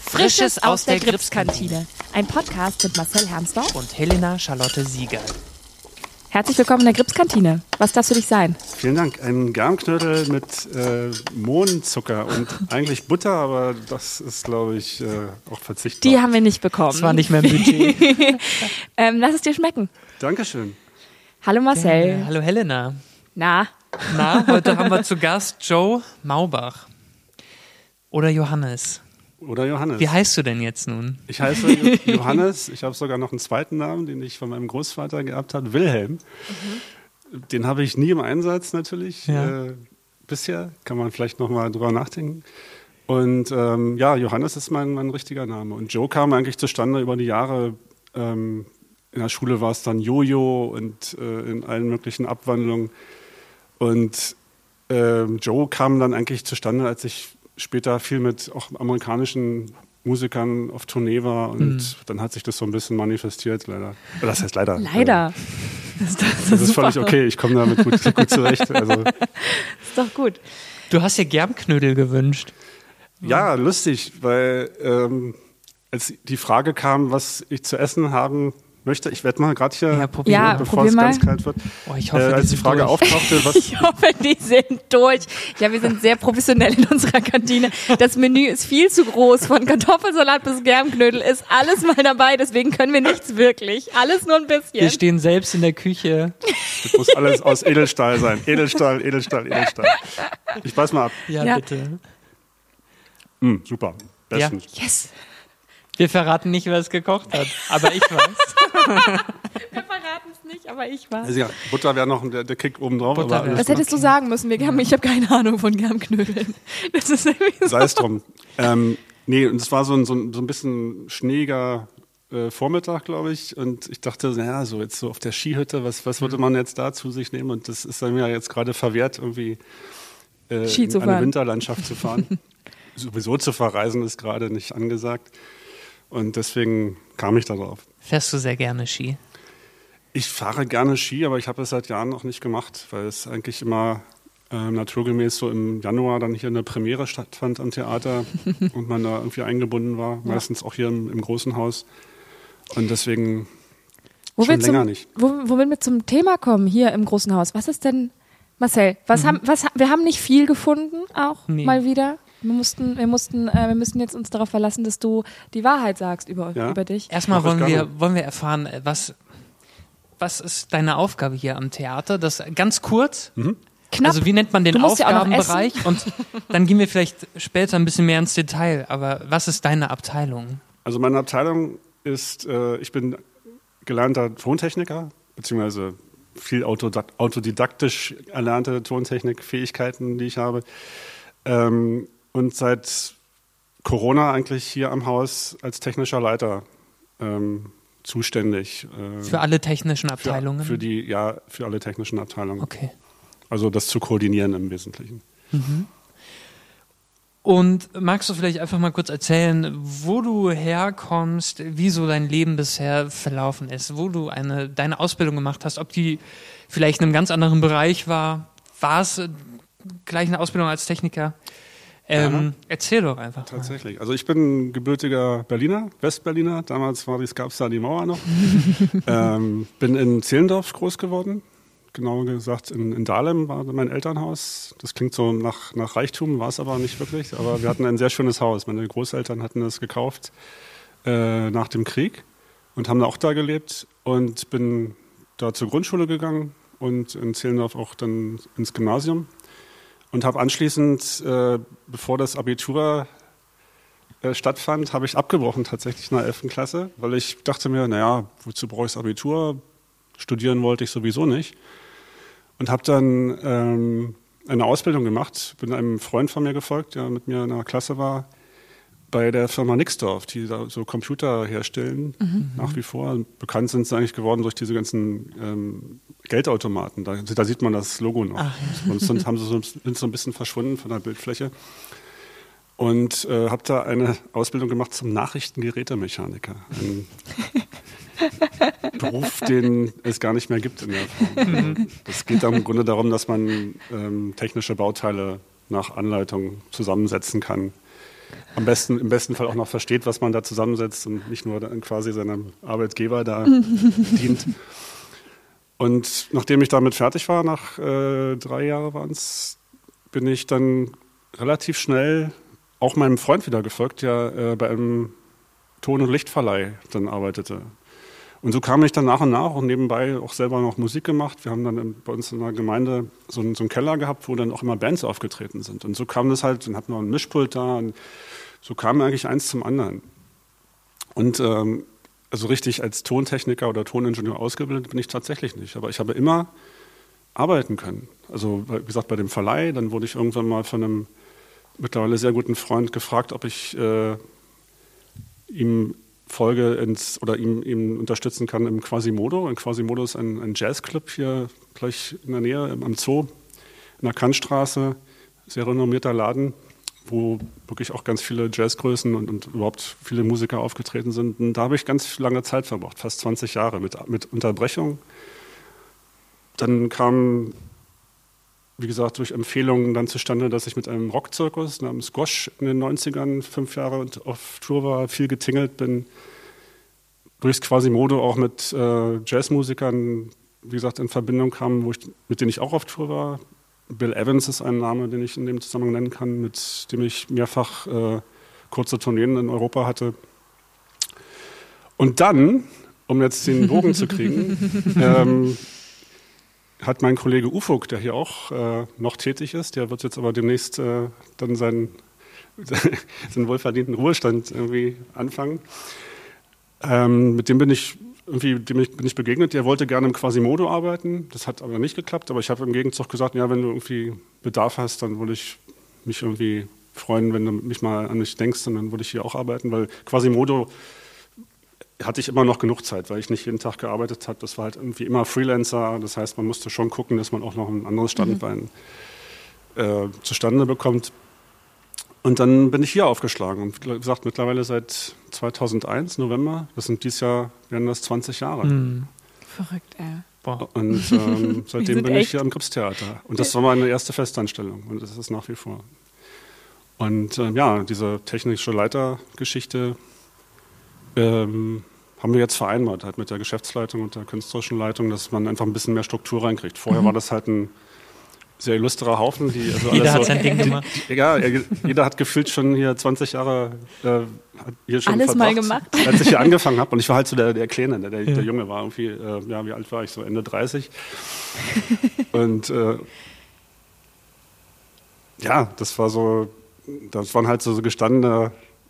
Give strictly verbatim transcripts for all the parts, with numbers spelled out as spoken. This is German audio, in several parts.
Frisches aus der Gripskantine. Ein Podcast mit Marcel Hermsdorf und Helena Charlotte Sieger. Herzlich willkommen in der Gripskantine. Was darf für dich sein? Vielen Dank. Ein Germknödel mit äh, Mohnzucker und eigentlich Butter, aber das ist, glaube ich, äh, auch verzichtbar. Die haben wir nicht bekommen. Das war nicht mehr im Budget. ähm, lass es dir schmecken. Dankeschön. Hallo Marcel. Ja, hallo Helena. Na? Na, heute haben wir zu Gast Joe Maubach. Oder Johannes. Oder Johannes. Wie heißt du denn jetzt nun? Ich heiße Johannes. Ich habe sogar noch einen zweiten Namen, den ich von meinem Großvater geerbt habe, Wilhelm. Mhm. Den habe ich nie im Einsatz natürlich. Ja. Äh, bisher kann man vielleicht noch mal drüber nachdenken. Und ähm, ja, Johannes ist mein, mein richtiger Name. Und Joe kam eigentlich zustande über die Jahre. Ähm, in der Schule war es dann Jojo und äh, in allen möglichen Abwandlungen. Und äh, Joe kam dann eigentlich zustande, als ich später viel mit auch amerikanischen Musikern auf Tournee war und mhm. dann hat sich das so ein bisschen manifestiert, leider. Das heißt leider. Leider. Das ist, das, das ist völlig okay, ich komme damit gut, gut zurecht. Also. Ist doch gut. Du hast dir Germknödel gewünscht. Ja, lustig, weil ähm, als die Frage kam, was ich zu essen haben möchte, ich werde mal gerade hier, ja, probier, ja, bevor es mal. ganz kalt wird, oh, ich hoffe, äh, als die, die Frage durch. auftauchte, was... Ich hoffe, die sind durch. Ja, wir sind sehr professionell in unserer Kantine. Das Menü ist viel zu groß. Von Kartoffelsalat bis Germknödel ist alles mal dabei. Deswegen können wir nichts wirklich. Alles nur ein bisschen. Wir stehen selbst in der Küche. Das muss alles aus Edelstahl sein. Edelstahl, Edelstahl, Edelstahl. Ich beiß mal ab. Ja, ja. bitte. Mm, super. Bestens. Ja. Yes. Wir verraten nicht, wer es gekocht hat, aber ich weiß. Wir verraten es nicht, aber ich weiß. Also ja, Butter wäre noch der, der Kick oben drauf. Butter Aber wär- Das hättest du sagen müssen. Wir haben, ich habe keine Ahnung von Germknödeln. Das ist irgendwie so. sei es drum. Ähm, nee, und es war so ein, so ein, so ein bisschen schneeiger äh, Vormittag, glaube ich. Und ich dachte, naja, so jetzt so auf der Skihütte, was, was würde man jetzt da zu sich nehmen? Und das ist dann mir jetzt gerade verwehrt, irgendwie äh, Ski zu in eine fahren. Winterlandschaft zu fahren. Sowieso zu verreisen ist gerade nicht angesagt. Und deswegen kam ich da drauf. Fährst du sehr gerne Ski? Ich fahre gerne Ski, aber ich habe es seit Jahren noch nicht gemacht, weil es eigentlich immer äh, naturgemäß so im Januar dann hier eine Premiere stattfand am Theater und man da irgendwie eingebunden war, ja. Meistens auch hier im, im großen Haus. Und deswegen Wo schon wir länger zum, nicht. Wo, womit wir zum Thema kommen, hier im großen Haus. Was ist denn, Marcel, was mhm. haben, was, wir haben nicht viel gefunden, auch nee. mal wieder. Wir mussten, wir mussten, äh, wir müssen jetzt uns darauf verlassen, dass du die Wahrheit sagst über, Ja. über dich. Erstmal Mach ich wollen wir, gerne. wollen wir erfahren, was, was ist deine Aufgabe hier am Theater? Das ganz kurz. Mhm. Knapp. Also wie nennt man den Du musst ja auch noch Aufgabenbereich? Und dann gehen wir vielleicht später ein bisschen mehr ins Detail. Aber was ist deine Abteilung? Also meine Abteilung ist, äh, ich bin gelernter Tontechniker, beziehungsweise viel autodidakt- autodidaktisch erlernte Tontechnikfähigkeiten, die ich habe. Ähm, und seit Corona eigentlich hier am Haus als technischer Leiter ähm, zuständig. Äh, Für alle technischen für, Abteilungen? für die, ja, für alle technischen Abteilungen. Okay. Also das zu koordinieren im Wesentlichen. Mhm. Und magst du vielleicht einfach mal kurz erzählen, wo du herkommst, wie so dein Leben bisher verlaufen ist, wo du eine, deine Ausbildung gemacht hast, ob die vielleicht in einem ganz anderen Bereich war? War es äh, gleich eine Ausbildung als Techniker? Ähm, Ja. Erzähl doch einfach. Tatsächlich. Also ich bin gebürtiger Berliner, Westberliner. Damals gab es da die Mauer noch. ähm, bin in Zehlendorf groß geworden. Genauer gesagt in, in Dahlem war mein Elternhaus. Das klingt so nach, nach Reichtum, war es aber nicht wirklich. Aber wir hatten ein sehr schönes Haus. Meine Großeltern hatten das gekauft äh, nach dem Krieg und haben auch da gelebt. Und bin da zur Grundschule gegangen und in Zehlendorf auch dann ins Gymnasium. Und habe anschließend, äh, bevor das Abitur äh, stattfand, habe ich abgebrochen tatsächlich in der elften Klasse, weil ich dachte mir, naja, wozu brauche ich das Abitur? Studieren wollte ich sowieso nicht. Und habe dann ähm, eine Ausbildung gemacht, bin einem Freund von mir gefolgt, der mit mir in der Klasse war, bei der Firma Nixdorf, die da so Computer herstellen, mhm. nach wie vor. Bekannt sind sie eigentlich geworden durch diese ganzen ähm, Geldautomaten. Da, da sieht man das Logo noch. Ach. Sonst sind, haben sie so, sind so ein bisschen verschwunden von der Bildfläche. Und äh, habe da eine Ausbildung gemacht zum Nachrichtengerätemechaniker. Ein Beruf, den es gar nicht mehr gibt in der Form. Es geht im Grunde darum, dass man ähm, technische Bauteile nach Anleitung zusammensetzen kann. am besten, im besten Fall auch noch versteht, was man da zusammensetzt und nicht nur dann quasi seinem Arbeitgeber da dient. Und nachdem ich damit fertig war, nach äh, drei Jahren waren es, bin ich dann relativ schnell auch meinem Freund wieder gefolgt, der äh, bei einem Ton- und Lichtverleih dann arbeitete. Und so kam ich dann nach und nach und nebenbei auch selber noch Musik gemacht. Wir haben dann in, bei uns in der Gemeinde so einen, so einen Keller gehabt, wo dann auch immer Bands aufgetreten sind. Und so kam das halt, dann hatten wir ein Mischpult da und so kam eigentlich eins zum anderen. Und ähm, also richtig als Tontechniker oder Toningenieur ausgebildet bin ich tatsächlich nicht. Aber ich habe immer arbeiten können. Also wie gesagt, bei dem Verleih, dann wurde ich irgendwann mal von einem mittlerweile sehr guten Freund gefragt, ob ich äh, ihm folge ins, oder ihm, ihm unterstützen kann im Quasimodo. Ein Quasimodo ist ein, ein Jazzclub hier gleich in der Nähe am Zoo, in der Kantstraße, sehr renommierter Laden, wo wirklich auch ganz viele Jazzgrößen und, und überhaupt viele Musiker aufgetreten sind. Und da habe ich ganz lange Zeit verbracht, fast zwanzig Jahre mit, mit Unterbrechung. Dann kam, wie gesagt, durch Empfehlungen dann zustande, dass ich mit einem Rockzirkus namens Gosch in den neunzigern fünf Jahre auf Tour war, viel getingelt bin. Durchs Quasimodo auch mit äh, Jazzmusikern, wie gesagt, in Verbindung kam, wo ich, mit denen ich auch auf Tour war. Bill Evans ist ein Name, den ich in dem Zusammenhang nennen kann, mit dem ich mehrfach äh, kurze Tourneen in Europa hatte. Und dann, um jetzt den Bogen zu kriegen, ähm, hat mein Kollege Ufuk, der hier auch äh, noch tätig ist, der wird jetzt aber demnächst äh, dann seinen, seinen wohlverdienten Ruhestand irgendwie anfangen. Ähm, mit dem bin ich irgendwie dem bin ich begegnet. Der wollte gerne im Quasimodo arbeiten, das hat aber nicht geklappt. Aber ich habe im Gegenzug gesagt, ja, wenn du irgendwie Bedarf hast, dann würde ich mich irgendwie freuen, wenn du mich mal an mich denkst, und dann würde ich hier auch arbeiten, weil Quasimodo hatte ich immer noch genug Zeit, weil ich nicht jeden Tag gearbeitet habe. Das war halt irgendwie immer Freelancer. Das heißt, man musste schon gucken, dass man auch noch ein anderes Standbein mhm. äh, zustande bekommt. Und dann bin ich hier aufgeschlagen. Und wie gesagt, mittlerweile seit zweitausendeins, November, das sind dieses Jahr, werden das zwanzig Jahre. Mhm. Verrückt, ey. Boah. Und ähm, seitdem bin echt. ich hier am Gripstheater. Und das war meine erste Festanstellung. Und das ist nach wie vor. Und äh, ja, diese technische Leitergeschichte ähm, haben wir jetzt vereinbart, halt mit der Geschäftsleitung und der künstlerischen Leitung, dass man einfach ein bisschen mehr Struktur reinkriegt. Vorher Mhm. war das halt ein sehr illustrer Haufen. Die, also Jeder alles hat so, sein Ding gemacht. Die, ja, jeder hat gefühlt schon hier zwanzig Jahre äh, hat hier schon Alles mal verbracht, gemacht. als ich hier angefangen habe. Und ich war halt so der, der Kleine, der, der, Ja. der Junge war irgendwie, äh, ja, wie alt war ich? So Ende dreißig. Und äh, ja, das war so, das waren halt so, so gestandene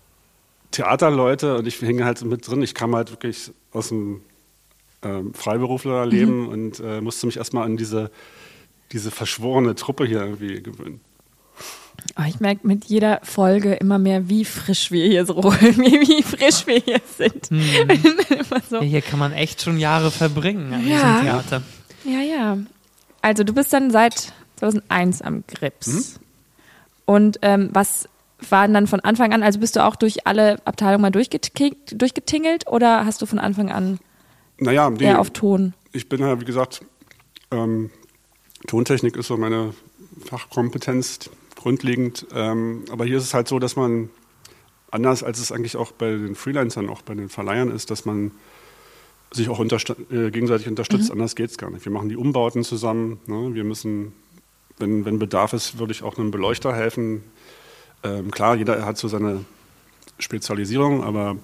Theaterleute und ich hing halt mit drin. Ich kam halt wirklich aus dem ähm, Freiberuflerleben mhm. und äh, musste mich erstmal an diese, diese verschworene Truppe hier irgendwie gewöhnen. Oh, ich merke mit jeder Folge immer mehr, wie frisch wir hier so, wie, wie frisch wir hier sind. Mhm. Immer so. Ja, hier kann man echt schon Jahre verbringen an Ja. diesem Theater. Ja, ja. Also du bist dann seit zweitausendeins am Grips. Mhm. Und ähm, was war dann von Anfang an, also bist du auch durch alle Abteilungen mal durchgetingelt, durchgetingelt oder hast du von Anfang an Naja, die, eher auf Ton? ich bin ja, wie gesagt, ähm, Tontechnik ist so meine Fachkompetenz grundlegend. Ähm, aber hier ist es halt so, dass man, anders als es eigentlich auch bei den Freelancern, auch bei den Verleihern ist, dass man sich auch unterst- äh, gegenseitig unterstützt. Mhm. Anders geht es gar nicht. Wir machen die Umbauten zusammen. Ne? Wir müssen, wenn, wenn Bedarf ist, würde ich auch einem Beleuchter helfen. Ähm, klar, jeder hat so seine Spezialisierung, aber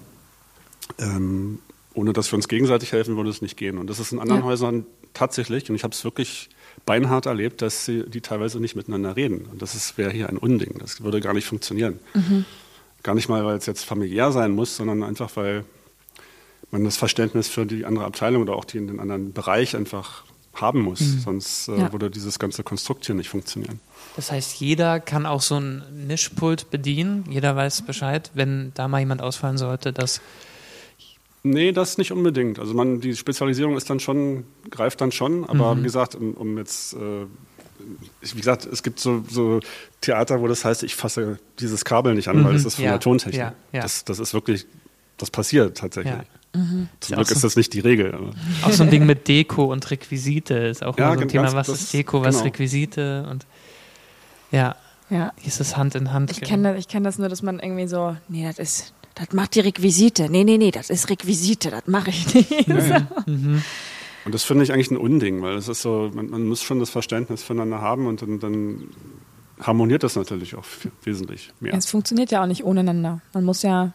ähm, ohne dass wir uns gegenseitig helfen, würde es nicht gehen. Und das ist in anderen ja. Häusern tatsächlich, und ich habe es wirklich beinhart erlebt, dass sie, die teilweise nicht miteinander reden. Und das wäre hier ein Unding. Das würde gar nicht funktionieren. Mhm. Gar nicht mal, weil es jetzt familiär sein muss, sondern einfach, weil man das Verständnis für die andere Abteilung oder auch die in den anderen Bereich einfach haben muss. Mhm. Sonst äh, ja. würde dieses ganze Konstrukt hier nicht funktionieren. Das heißt, jeder kann auch so ein Mischpult bedienen. Jeder weiß Bescheid, wenn da mal jemand ausfallen sollte, dass... Nee, das nicht unbedingt. Also man, die Spezialisierung ist dann schon, greift dann schon, aber mhm. wie gesagt, um, um jetzt, äh, wie gesagt, es gibt so, so Theater, wo das heißt, ich fasse dieses Kabel nicht an, mhm. weil das ist von ja. der Tontechnik. Ja. Ja. Das, das ist wirklich, das passiert tatsächlich. Ja. Mhm. Zum Glück ist, so ist das nicht die Regel. Aber. Auch so ein Ding mit Deko und Requisite ist auch ja, immer so ein Thema. ganz, Was ist Deko, was genau. Requisite und ja. Ja. Dieses Hand in Hand. Ich kenne das, ich kenn das nur, dass man irgendwie so, nee, das ist, das macht die Requisite. Nee, nee, nee, das ist Requisite, das mache ich nicht. Ja, so. ja. Mhm. Und das finde ich eigentlich ein Unding, weil es ist so, man, man muss schon das Verständnis füreinander haben und dann, dann harmoniert das natürlich auch wesentlich mehr. Es funktioniert ja auch nicht ohneinander. Man muss ja,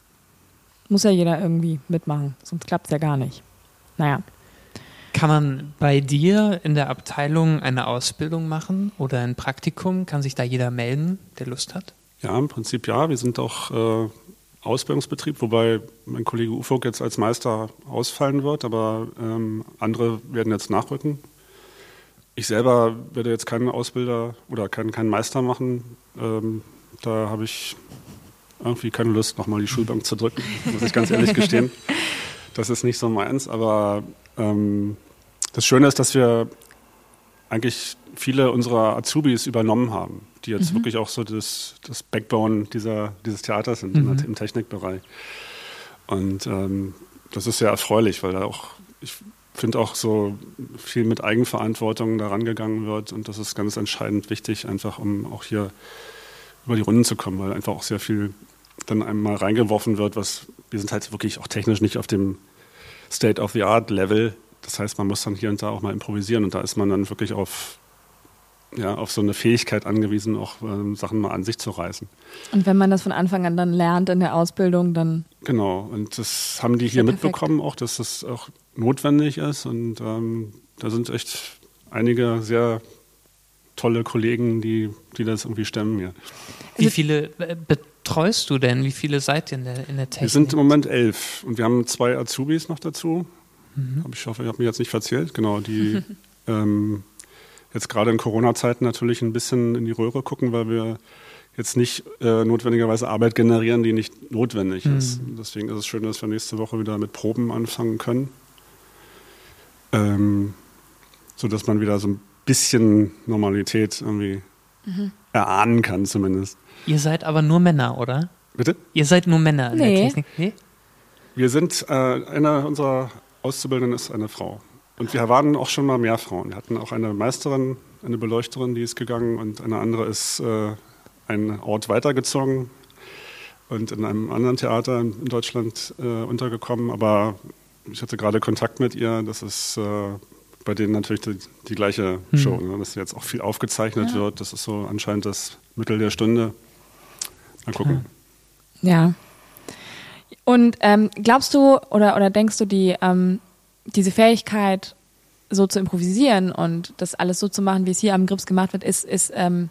muss ja jeder irgendwie mitmachen, sonst klappt es ja gar nicht. Naja. Kann man bei dir in der Abteilung eine Ausbildung machen oder ein Praktikum? Kann sich da jeder melden, der Lust hat? Ja, im Prinzip ja. Wir sind auch äh, Ausbildungsbetrieb, wobei mein Kollege Ufuk jetzt als Meister ausfallen wird, aber ähm, andere werden jetzt nachrücken. Ich selber werde jetzt keinen Ausbilder oder keinen, keinen Meister machen. Ähm, da habe ich irgendwie keine Lust, nochmal die Schulbank zu drücken, muss ich ganz ehrlich gestehen. Das ist nicht so meins, aber ähm, das Schöne ist, dass wir eigentlich viele unserer Azubis übernommen haben, die jetzt mhm. wirklich auch so das, das Backbone dieser, dieses Theaters sind mhm. im Technikbereich. Und ähm, das ist sehr erfreulich, weil da auch, ich finde auch so viel mit Eigenverantwortung daran gegangen wird und das ist ganz entscheidend wichtig, einfach um auch hier über die Runden zu kommen, weil einfach auch sehr viel dann einmal reingeworfen wird, was wir sind halt wirklich auch technisch nicht auf dem State-of-the-Art-Level. Das heißt, man muss dann hier und da auch mal improvisieren und da ist man dann wirklich auf, ja, auf so eine Fähigkeit angewiesen, auch ähm, Sachen mal an sich zu reißen. Und wenn man das von Anfang an dann lernt in der Ausbildung, dann... Genau, und das haben die hier mitbekommen auch, dass das auch notwendig ist und ähm, da sind echt einige sehr tolle Kollegen, die, die das irgendwie stemmen hier. Wie viele betreust du denn? Wie viele seid ihr in der, in der Technik? Wir sind im Moment elf und wir haben zwei Azubis noch dazu. Mhm. Ich hoffe, ich habe mich jetzt nicht verzählt. Genau, die ähm, jetzt gerade in Corona-Zeiten natürlich ein bisschen in die Röhre gucken, weil wir jetzt nicht äh, notwendigerweise Arbeit generieren, die nicht notwendig mhm. ist. Deswegen ist es schön, dass wir nächste Woche wieder mit Proben anfangen können. Ähm, so dass man wieder so ein bisschen Normalität irgendwie mhm. erahnen kann zumindest. Ihr seid aber nur Männer, oder? Bitte? Ihr seid nur Männer in nee. der Technik? Nee. Wir sind, äh, einer unserer Auszubildenden ist eine Frau. Und wir waren auch schon mal mehr Frauen. Wir hatten auch eine Meisterin, eine Beleuchterin, die ist gegangen und eine andere ist äh, einen Ort weitergezogen und in einem anderen Theater in Deutschland äh, untergekommen. Aber ich hatte gerade Kontakt mit ihr, das ist... Äh, bei denen natürlich die, die gleiche hm. Show, ne? Dass jetzt auch viel aufgezeichnet ja. wird. Das ist so anscheinend das Mittel der Stunde. Mal gucken. Ja. Und ähm, glaubst du oder, oder denkst du, die, ähm, diese Fähigkeit, so zu improvisieren und das alles so zu machen, wie es hier am Grips gemacht wird, ist, ist ähm,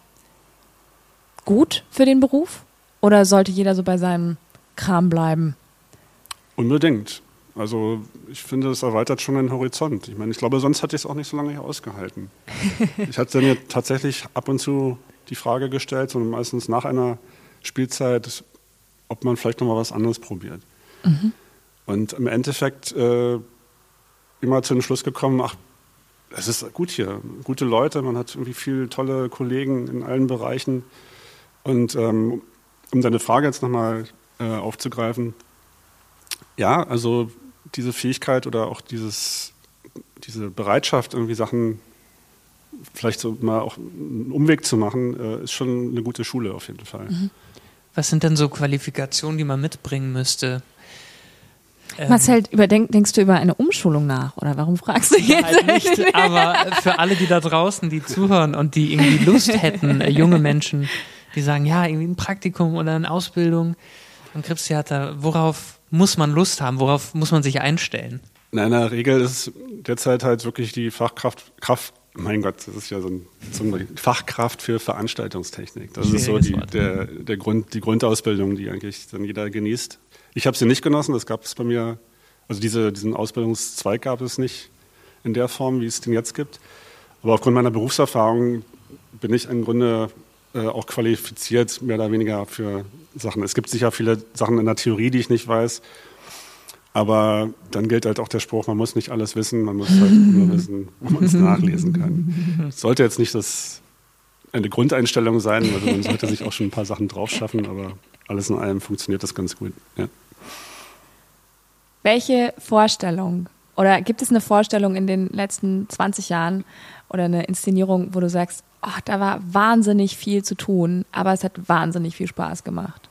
gut für den Beruf? Oder sollte jeder so bei seinem Kram bleiben? Unbedingt. Also ich finde, es erweitert schon den Horizont. Ich meine, ich glaube, sonst hätte ich es auch nicht so lange hier ausgehalten. Ich hatte mir tatsächlich ab und zu die Frage gestellt, so meistens nach einer Spielzeit, ob man vielleicht noch mal was anderes probiert. Mhm. Und im Endeffekt äh, immer zu dem Schluss gekommen, ach, es ist gut hier, gute Leute, man hat irgendwie viele tolle Kollegen in allen Bereichen. Und ähm, um deine Frage jetzt nochmal äh, aufzugreifen, ja, also diese Fähigkeit oder auch dieses, diese Bereitschaft, irgendwie Sachen vielleicht so mal auch einen Umweg zu machen, äh, ist schon eine gute Schule auf jeden Fall. Mhm. Was sind denn so Qualifikationen, die man mitbringen müsste? Marcel, überdenk, denkst du über eine Umschulung nach? Oder warum fragst du jetzt? Halt nicht, aber für alle, die da draußen, die zuhören und die irgendwie Lust hätten, äh, junge Menschen, die sagen, ja, irgendwie ein Praktikum oder eine Ausbildung am Gripstheater, worauf muss man Lust haben? Worauf muss man sich einstellen? In einer Regel ist derzeit halt wirklich die Fachkraft, Kraft, mein Gott, das ist ja so ein, so ein Fachkraft für Veranstaltungstechnik. Das ist so die, der, der Grund, die Grundausbildung, die eigentlich dann jeder genießt. Ich habe sie nicht genossen, das gab es bei mir, also diese, diesen Ausbildungszweig gab es nicht in der Form, wie es den jetzt gibt. Aber aufgrund meiner Berufserfahrung bin ich im Grunde äh, auch qualifiziert, mehr oder weniger für Sachen. Es gibt sicher viele Sachen in der Theorie, die ich nicht weiß, aber dann gilt halt auch der Spruch, man muss nicht alles wissen, man muss halt nur wissen, wo man es nachlesen kann. Das sollte jetzt nicht das eine Grundeinstellung sein, also man sollte sich auch schon ein paar Sachen drauf schaffen, aber alles in allem funktioniert das ganz gut. Ja. Welche Vorstellung Oder gibt es eine Vorstellung in den letzten zwanzig Jahren oder eine Inszenierung, wo du sagst, oh, da war wahnsinnig viel zu tun, aber es hat wahnsinnig viel Spaß gemacht?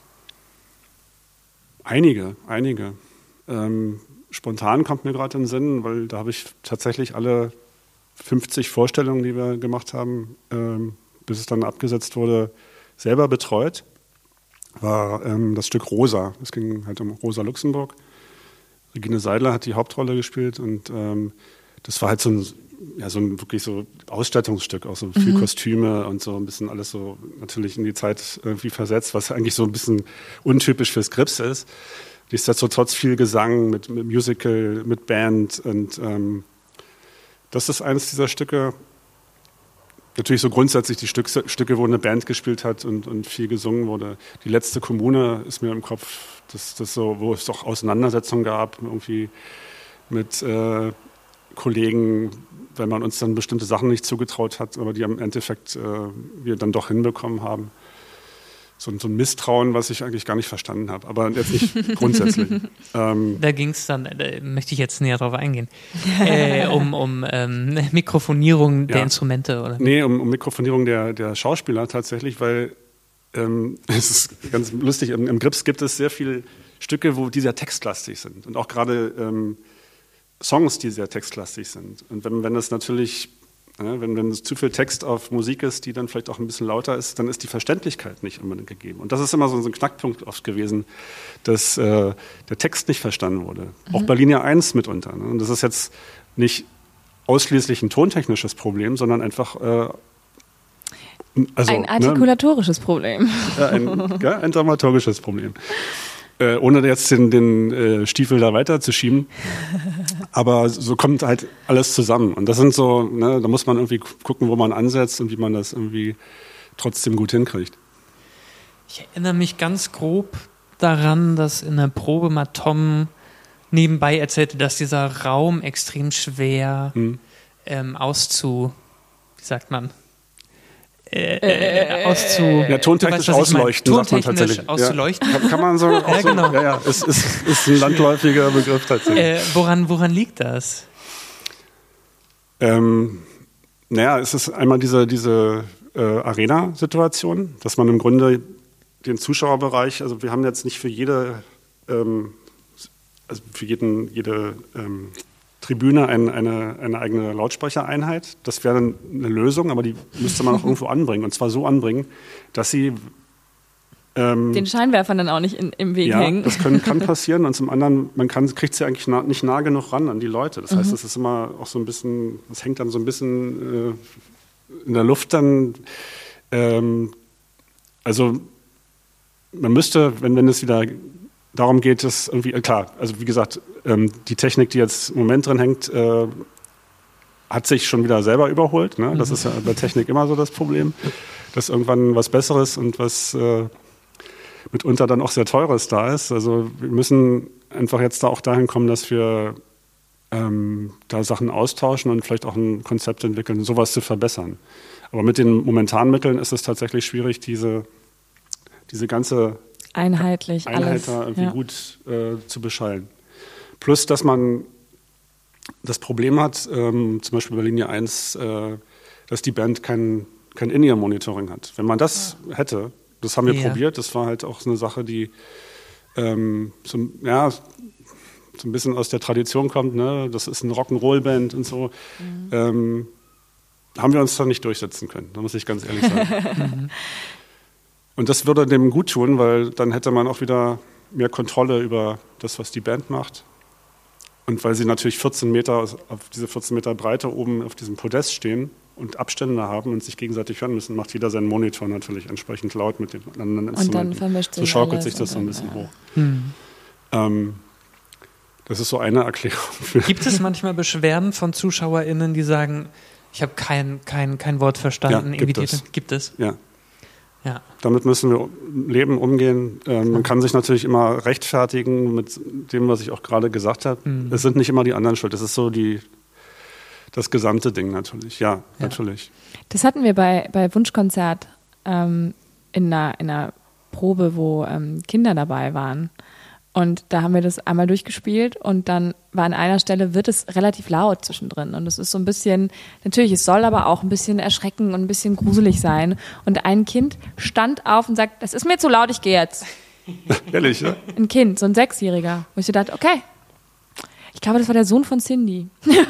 Einige, einige. Ähm, spontan kommt mir gerade in den Sinn, weil da habe ich tatsächlich alle fünfzig Vorstellungen, die wir gemacht haben, ähm, bis es dann abgesetzt wurde, selber betreut. War ähm, das Stück Rosa. Es ging halt um Rosa Luxemburg. Regine Seidler hat die Hauptrolle gespielt und ähm, das war halt so ein, ja, so ein wirklich so Ausstattungsstück, auch so viel mhm. Kostüme und so ein bisschen alles so natürlich in die Zeit irgendwie versetzt, was eigentlich so ein bisschen untypisch für Skrips ist. Nichtsdestotrotz viel Gesang mit, mit Musical, mit Band und ähm, das ist eines dieser Stücke. Natürlich so grundsätzlich die Stück, Stücke, wo eine Band gespielt hat und, und viel gesungen wurde. Die letzte Kommune ist mir im Kopf, das, das so, wo es doch Auseinandersetzungen gab, irgendwie mit äh, Kollegen, weil man uns dann bestimmte Sachen nicht zugetraut hat, aber die am Endeffekt äh, wir dann doch hinbekommen haben. So, so ein Misstrauen, was ich eigentlich gar nicht verstanden habe, aber jetzt nicht grundsätzlich. ähm, da ging es dann, da möchte ich jetzt näher drauf eingehen, äh, um, um ähm, Mikrofonierung der ja. Instrumente, oder? Nee, um, um Mikrofonierung der, der Schauspieler tatsächlich, weil ähm, es ist ganz lustig, im, im Grips gibt es sehr viele Stücke, wo die sehr textlastig sind und auch gerade ähm, Songs, die sehr textlastig sind. Und wenn, wenn das natürlich Ja, wenn, wenn es zu viel Text auf Musik ist, die dann vielleicht auch ein bisschen lauter ist, dann ist die Verständlichkeit nicht unbedingt gegeben. Und das ist immer so, so ein Knackpunkt oft gewesen, dass äh, der Text nicht verstanden wurde. Mhm. Auch bei Linie eins mitunter. Ne? Und das ist jetzt nicht ausschließlich ein tontechnisches Problem, sondern einfach äh, also, ein artikulatorisches ne? Problem. Ja, ein, ja, ein dramaturgisches Problem. Äh, ohne jetzt den, den äh, Stiefel da weiterzuschieben. Aber so kommt halt alles zusammen. Und das sind so, ne, da muss man irgendwie gucken, wo man ansetzt und wie man das irgendwie trotzdem gut hinkriegt. Ich erinnere mich ganz grob daran, dass in der Probe mal Tom nebenbei erzählte, dass dieser Raum extrem schwer hm. ähm, auszu... Wie sagt man? Äh, äh, auszu... Ja, tontechnisch weißt, ausleuchten, sagt man tatsächlich. Auszuleuchten. Ja. Kann, kann man so... ja, so genau. Ja, ja, es ist, ist ein landläufiger Begriff tatsächlich. Äh, woran, woran liegt das? Ähm, naja, es ist einmal diese, diese äh, Arena-Situation, dass man im Grunde den Zuschauerbereich, also wir haben jetzt nicht für jede, ähm, also für jeden, jede ähm, Tribüne ein, eine, eine eigene Lautsprechereinheit. Das wäre dann eine Lösung, aber die müsste man auch irgendwo anbringen. Und zwar so anbringen, dass sie ähm, den Scheinwerfern dann auch nicht in, im Weg ja, hängen. Das können, kann passieren. Und zum anderen, man kann, kriegt sie eigentlich nah, nicht nah genug ran an die Leute. Das heißt, mhm. das ist immer auch so ein bisschen, das hängt dann so ein bisschen äh, in der Luft dann. Ähm, also man müsste, wenn, wenn es wieder darum geht, es irgendwie, klar, also wie gesagt, ähm, die Technik, die jetzt im Moment drin hängt, äh, hat sich schon wieder selber überholt. Ne? Das mhm. ist ja bei Technik immer so das Problem, dass irgendwann was Besseres und was äh, mitunter dann auch sehr Teures da ist. Also wir müssen einfach jetzt da auch dahin kommen, dass wir ähm, da Sachen austauschen und vielleicht auch ein Konzept entwickeln, sowas zu verbessern. Aber mit den momentanen Mitteln ist es tatsächlich schwierig, diese, diese ganze Einheitlich Einheit alles, da irgendwie ja. gut äh, zu beschallen. Plus, dass man das Problem hat, ähm, zum Beispiel bei Linie eins, äh, dass die Band kein, kein In-Ear-Monitoring hat. Wenn man das ja. hätte, das haben wir ja. probiert, das war halt auch so eine Sache, die ähm, so, ja, so ein bisschen aus der Tradition kommt, ne? Das ist eine Rock'n'Roll-Band und so. Mhm. Ähm, haben wir uns da nicht durchsetzen können, da muss ich ganz ehrlich sagen. Und das würde dem gut tun, weil dann hätte man auch wieder mehr Kontrolle über das, was die Band macht. Und weil sie natürlich vierzehn Meter, auf diese vierzehn Meter Breite oben auf diesem Podest stehen und Abstände haben und sich gegenseitig hören müssen, macht jeder seinen Monitor natürlich entsprechend laut mit den anderen Instrumenten. Und dann vermischt sich so schaukelt alles sich das so ein dann, bisschen ja. hoch. Hm. Ähm, das ist so eine Erklärung. Gibt es manchmal Beschwerden von ZuschauerInnen, die sagen, ich habe kein, kein, kein Wort verstanden? Ja, gibt Irgendwie es. Die, gibt es? Ja. Ja. Damit müssen wir leben, umgehen. Ähm, man kann sich natürlich immer rechtfertigen mit dem, was ich auch gerade gesagt habe. Mhm. Es sind nicht immer die anderen schuld. Das ist so die, das gesamte Ding natürlich. Ja, ja. natürlich. Das hatten wir bei, bei Wunschkonzert ähm, in, einer, in einer Probe, wo ähm, Kinder dabei waren. Und da haben wir das einmal durchgespielt und dann war an einer Stelle, wird es relativ laut zwischendrin. Und es ist so ein bisschen, natürlich, es soll aber auch ein bisschen erschrecken und ein bisschen gruselig sein. Und ein Kind stand auf und sagt, das ist mir zu laut, ich gehe jetzt. Ehrlich, ja? Ein Kind, so ein Sechsjähriger. Wo ich so dachte, okay. Ich glaube, das war der Sohn von Cindy.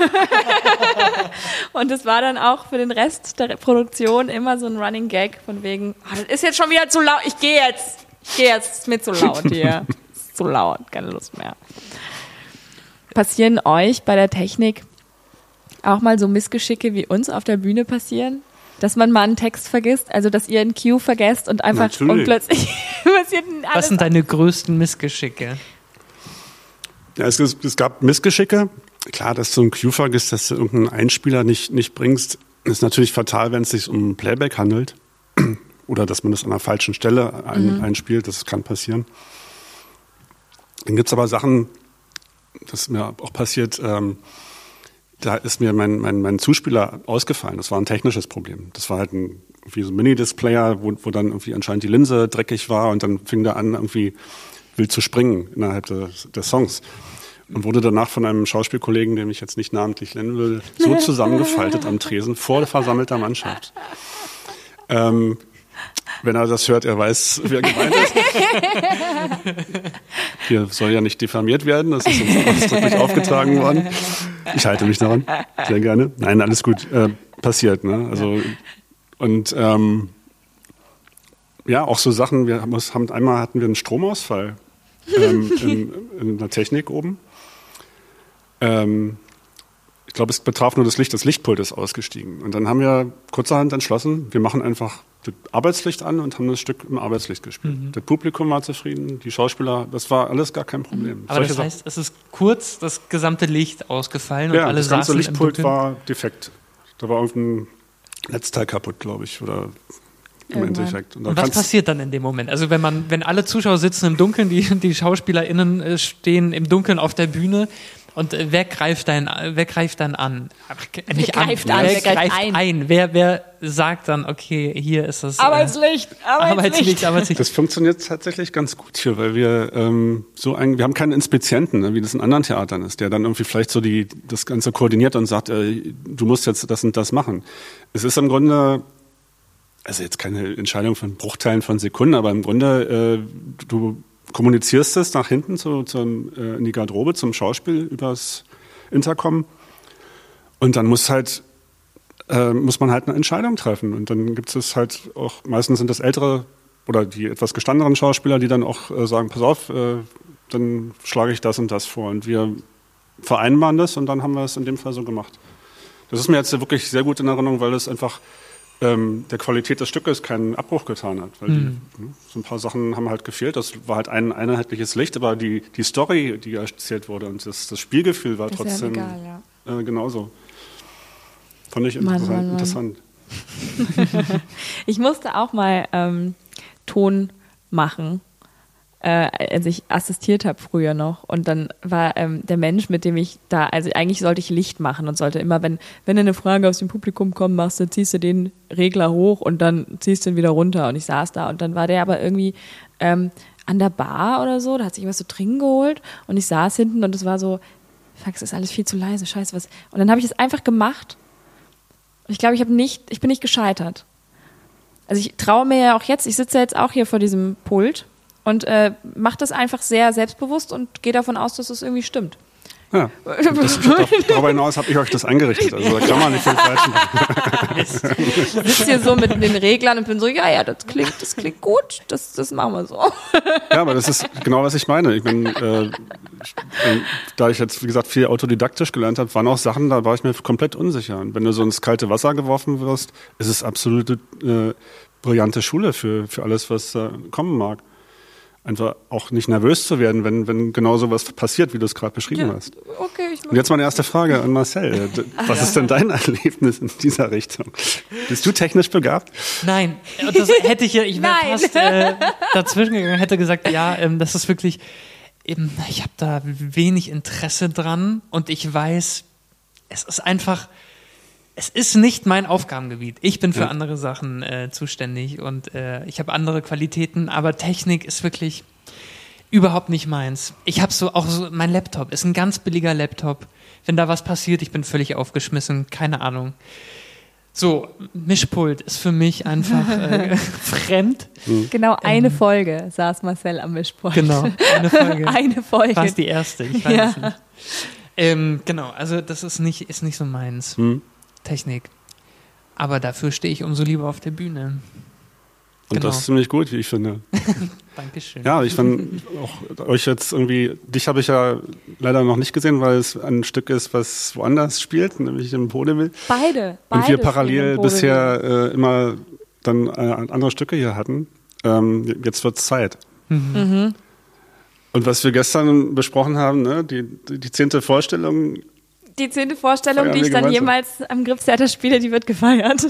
Und es war dann auch für den Rest der Produktion immer so ein Running Gag von wegen, oh, das ist jetzt schon wieder zu laut, ich gehe jetzt. Ich gehe jetzt, es ist mir zu laut hier. Es ist zu laut, keine Lust mehr. Passieren euch bei der Technik auch mal so Missgeschicke wie uns auf der Bühne passieren? Dass man mal einen Text vergisst, also dass ihr einen Cue vergesst und einfach Natürlich. und plötzlich passiert alles. Was sind deine größten Missgeschicke? Ja, es, es gab Missgeschicke. Klar, dass du einen Cue vergisst, dass du irgendeinen Einspieler nicht, nicht bringst, ist natürlich fatal, wenn es sich um Playback handelt. Oder dass man das an der falschen Stelle ein, mhm. einspielt. Das kann passieren. Dann gibt es aber Sachen, das ist mir auch passiert, ähm, da ist mir mein, mein, mein Zuspieler ausgefallen. Das war ein technisches Problem. Das war halt ein, irgendwie so ein Mini-Displayer, wo, wo dann irgendwie anscheinend die Linse dreckig war und dann fing der an, irgendwie wild zu springen innerhalb des, des Songs. Und wurde danach von einem Schauspielkollegen, den ich jetzt nicht namentlich nennen will, so zusammengefaltet am Tresen vor versammelter Mannschaft. Ähm, wenn er das hört, er weiß, wer gemeint ist. Hier soll ja nicht diffamiert werden, das ist uns ausdrücklich aufgetragen worden. Ich halte mich daran, sehr gerne. Nein, alles gut, äh, passiert. Ne? Also, und ähm, ja, auch so Sachen, wir haben, haben einmal hatten wir einen Stromausfall ähm, in, in der Technik oben. Ähm, ich glaube, es betraf nur das Licht, das Lichtpult ist ausgestiegen. Und dann haben wir kurzerhand entschlossen, wir machen einfach das Arbeitslicht an und haben das Stück im Arbeitslicht gespielt. Mhm. Das Publikum war zufrieden, die Schauspieler, das war alles gar kein Problem. Aber Solche das heißt, Sachen. Es ist kurz das gesamte Licht ausgefallen und ja, alle das ganze saßen Lichtpult im war defekt. Da war irgendein Netzteil kaputt, glaube ich, oder im Irgendwann. Endeffekt. Und, Und was passiert dann in dem Moment? Also wenn man, wenn alle Zuschauer sitzen im Dunkeln, die, die SchauspielerInnen äh, stehen im Dunkeln auf der Bühne und äh, wer greift dann, wer greift dann an? Ach, nicht wer greift an, an? Wer, Wer greift, greift ein? ein? Wer, wer sagt dann, okay, hier ist das äh, Arbeitslicht, Arbeitslicht. Arbeitslicht, Arbeitslicht. Das funktioniert tatsächlich ganz gut hier, weil wir ähm, so ein, wir haben keinen Inspizienten, ne, wie das in anderen Theatern ist, der dann irgendwie vielleicht so die das Ganze koordiniert und sagt, äh, du musst jetzt das und das machen. Es ist im Grunde, also jetzt keine Entscheidung von Bruchteilen von Sekunden, aber im Grunde, äh, du kommunizierst es nach hinten zu, zum, äh, in die Garderobe zum Schauspiel übers Intercom und dann muss halt äh, muss man halt eine Entscheidung treffen und dann gibt es halt auch, meistens sind das ältere oder die etwas gestandeneren Schauspieler, die dann auch äh, sagen, pass auf, äh, dann schlage ich das und das vor und wir vereinbaren das und dann haben wir es in dem Fall so gemacht. Das ist mir jetzt wirklich sehr gut in Erinnerung, weil es einfach ähm, der Qualität des Stückes keinen Abbruch getan hat. Weil Mhm. die, ne, so ein paar Sachen haben halt gefehlt. Das war halt ein einheitliches Licht, aber die, die Story, die erzählt wurde und das, das Spielgefühl war Ist trotzdem ja egal, ja. äh, genauso. Fand ich Mann, interessant. Mann, Mann. interessant. Ich musste auch mal ähm, Ton machen, äh, als ich assistiert habe früher noch. Und dann war ähm, der Mensch, mit dem ich da, also eigentlich sollte ich Licht machen und sollte immer, wenn, wenn eine Frage aus dem Publikum kommt, machst du, ziehst du den Regler hoch und dann ziehst du ihn wieder runter. Und ich saß da und dann war der aber irgendwie ähm, an der Bar oder so, da hat sich was zu trinken geholt und ich saß hinten und es war so, fuck, es ist alles viel zu leise, scheiße, was. Und dann habe ich es einfach gemacht. Und ich glaube, ich habe nicht, ich bin nicht gescheitert. Also ich traue mir ja auch jetzt, ich sitze jetzt auch hier vor diesem Pult und äh, mache das einfach sehr selbstbewusst und gehe davon aus, dass es irgendwie stimmt. Ja, das, darüber hinaus habe ich euch das eingerichtet. Also da kann man nicht viel falsch machen. Ich sitze hier so mit den Reglern und bin so, ja, ja, das klingt, das klingt gut, das, das machen wir so. Ja, aber das ist genau, was ich meine. Ich bin, äh, da ich jetzt, wie gesagt, viel autodidaktisch gelernt habe, waren auch Sachen, da war ich mir komplett unsicher. Und wenn du so ins kalte Wasser geworfen wirst, ist es absolute äh, brillante Schule für, für alles, was äh, kommen mag. Einfach auch nicht nervös zu werden, wenn, wenn genau so was passiert, wie du es gerade beschrieben Ja, hast. okay, ich Und jetzt meine erste Frage an Marcel. Was ist denn dein Erlebnis in dieser Richtung? Bist du technisch begabt? Nein, und das hätte ich ja, ich wäre Nein. fast äh, dazwischen gegangen, hätte gesagt, ja, ähm, das ist wirklich, eben, ich habe da wenig Interesse dran und ich weiß, es ist einfach, es ist nicht mein Aufgabengebiet. Ich bin für Ja. andere Sachen äh, zuständig und äh, ich habe andere Qualitäten, aber Technik ist wirklich, Überhaupt nicht meins. Ich habe so auch so, mein Laptop ist ein ganz billiger Laptop. Wenn da was passiert, ich bin völlig aufgeschmissen, keine Ahnung. So, Mischpult ist für mich einfach äh, fremd. Genau eine ähm, Folge saß Marcel am Mischpult. Genau, eine Folge. eine Folge. War es die erste? Ich weiß ja. es nicht. Ähm, genau, also das ist nicht, ist nicht so meins. Hm. Technik. Aber dafür stehe ich umso lieber auf der Bühne. Und genau. das ist ziemlich gut, wie ich finde. Dankeschön. Ja, ich fand auch euch jetzt irgendwie, dich habe ich ja leider noch nicht gesehen, weil es ein Stück ist, was woanders spielt, nämlich im Vaudeville. Beide. beide Und wir parallel bisher äh, immer dann äh, andere Stücke hier hatten. Ähm, jetzt wird's Zeit. Mhm. Mhm. Und was wir gestern besprochen haben, ne, die, die zehnte Vorstellung. Die zehnte Vorstellung, die ich dann jemals am Griffstheater spiele, die wird gefeiert.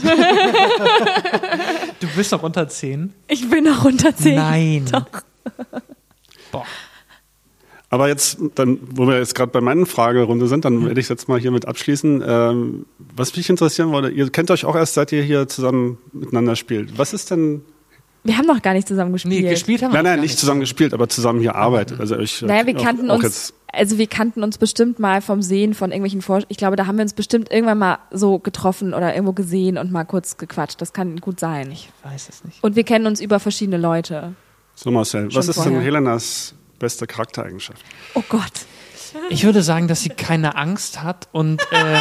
Du bist noch unter zehn? Ich bin noch unter zehn. Nein. Doch. Boah. Aber jetzt, dann, wo wir jetzt gerade bei meinen Fragerunde sind, dann werde ich jetzt mal hiermit abschließen. Ähm, was mich interessieren würde, ihr kennt euch auch erst, seit ihr hier zusammen miteinander spielt. Was ist denn... Wir haben noch gar nicht zusammen gespielt. Nee, gespielt haben wir Nein, nein, nicht zusammen gespielt, aber zusammen hier arbeitet. Also ich, naja, wir kannten auch, auch uns, jetzt also wir kannten uns bestimmt mal vom Sehen von irgendwelchen Vor... Ich glaube, da haben wir uns bestimmt irgendwann mal so getroffen oder irgendwo gesehen und mal kurz gequatscht. Das kann gut sein. Ich weiß es nicht. Und wir kennen uns über verschiedene Leute. So Marcel, was ist vorher. denn Helenas beste Charaktereigenschaft? Oh Gott. Ich würde sagen, dass sie keine Angst hat und äh,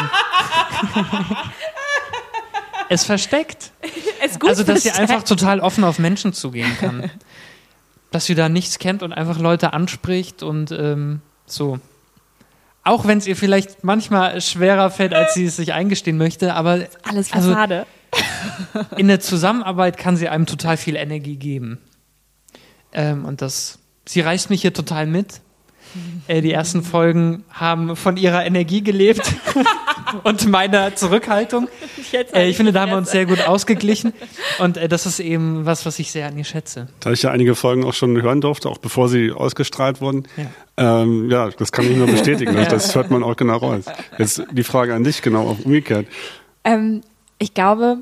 es versteckt. Es gut also, dass versteckt. sie einfach total offen auf Menschen zugehen kann. Dass sie da nichts kennt und einfach Leute anspricht und ähm, so. Auch wenn es ihr vielleicht manchmal schwerer fällt, als sie es sich eingestehen möchte, aber alles Fassade. Also, in der Zusammenarbeit kann sie einem total viel Energie geben. Ähm, und das, sie reißt mich hier total mit. Äh, die ersten Folgen haben von ihrer Energie gelebt und meiner Zurückhaltung. Äh, ich finde, da haben wir uns sehr gut ausgeglichen und äh, das ist eben was, was ich sehr an ihr schätze. Da ich ja einige Folgen auch schon hören durfte, auch bevor sie ausgestrahlt wurden, ja, ähm, ja das kann ich nur bestätigen. ja. Das hört man auch genau raus. Jetzt die Frage an dich, genau auch umgekehrt. Ähm, ich glaube...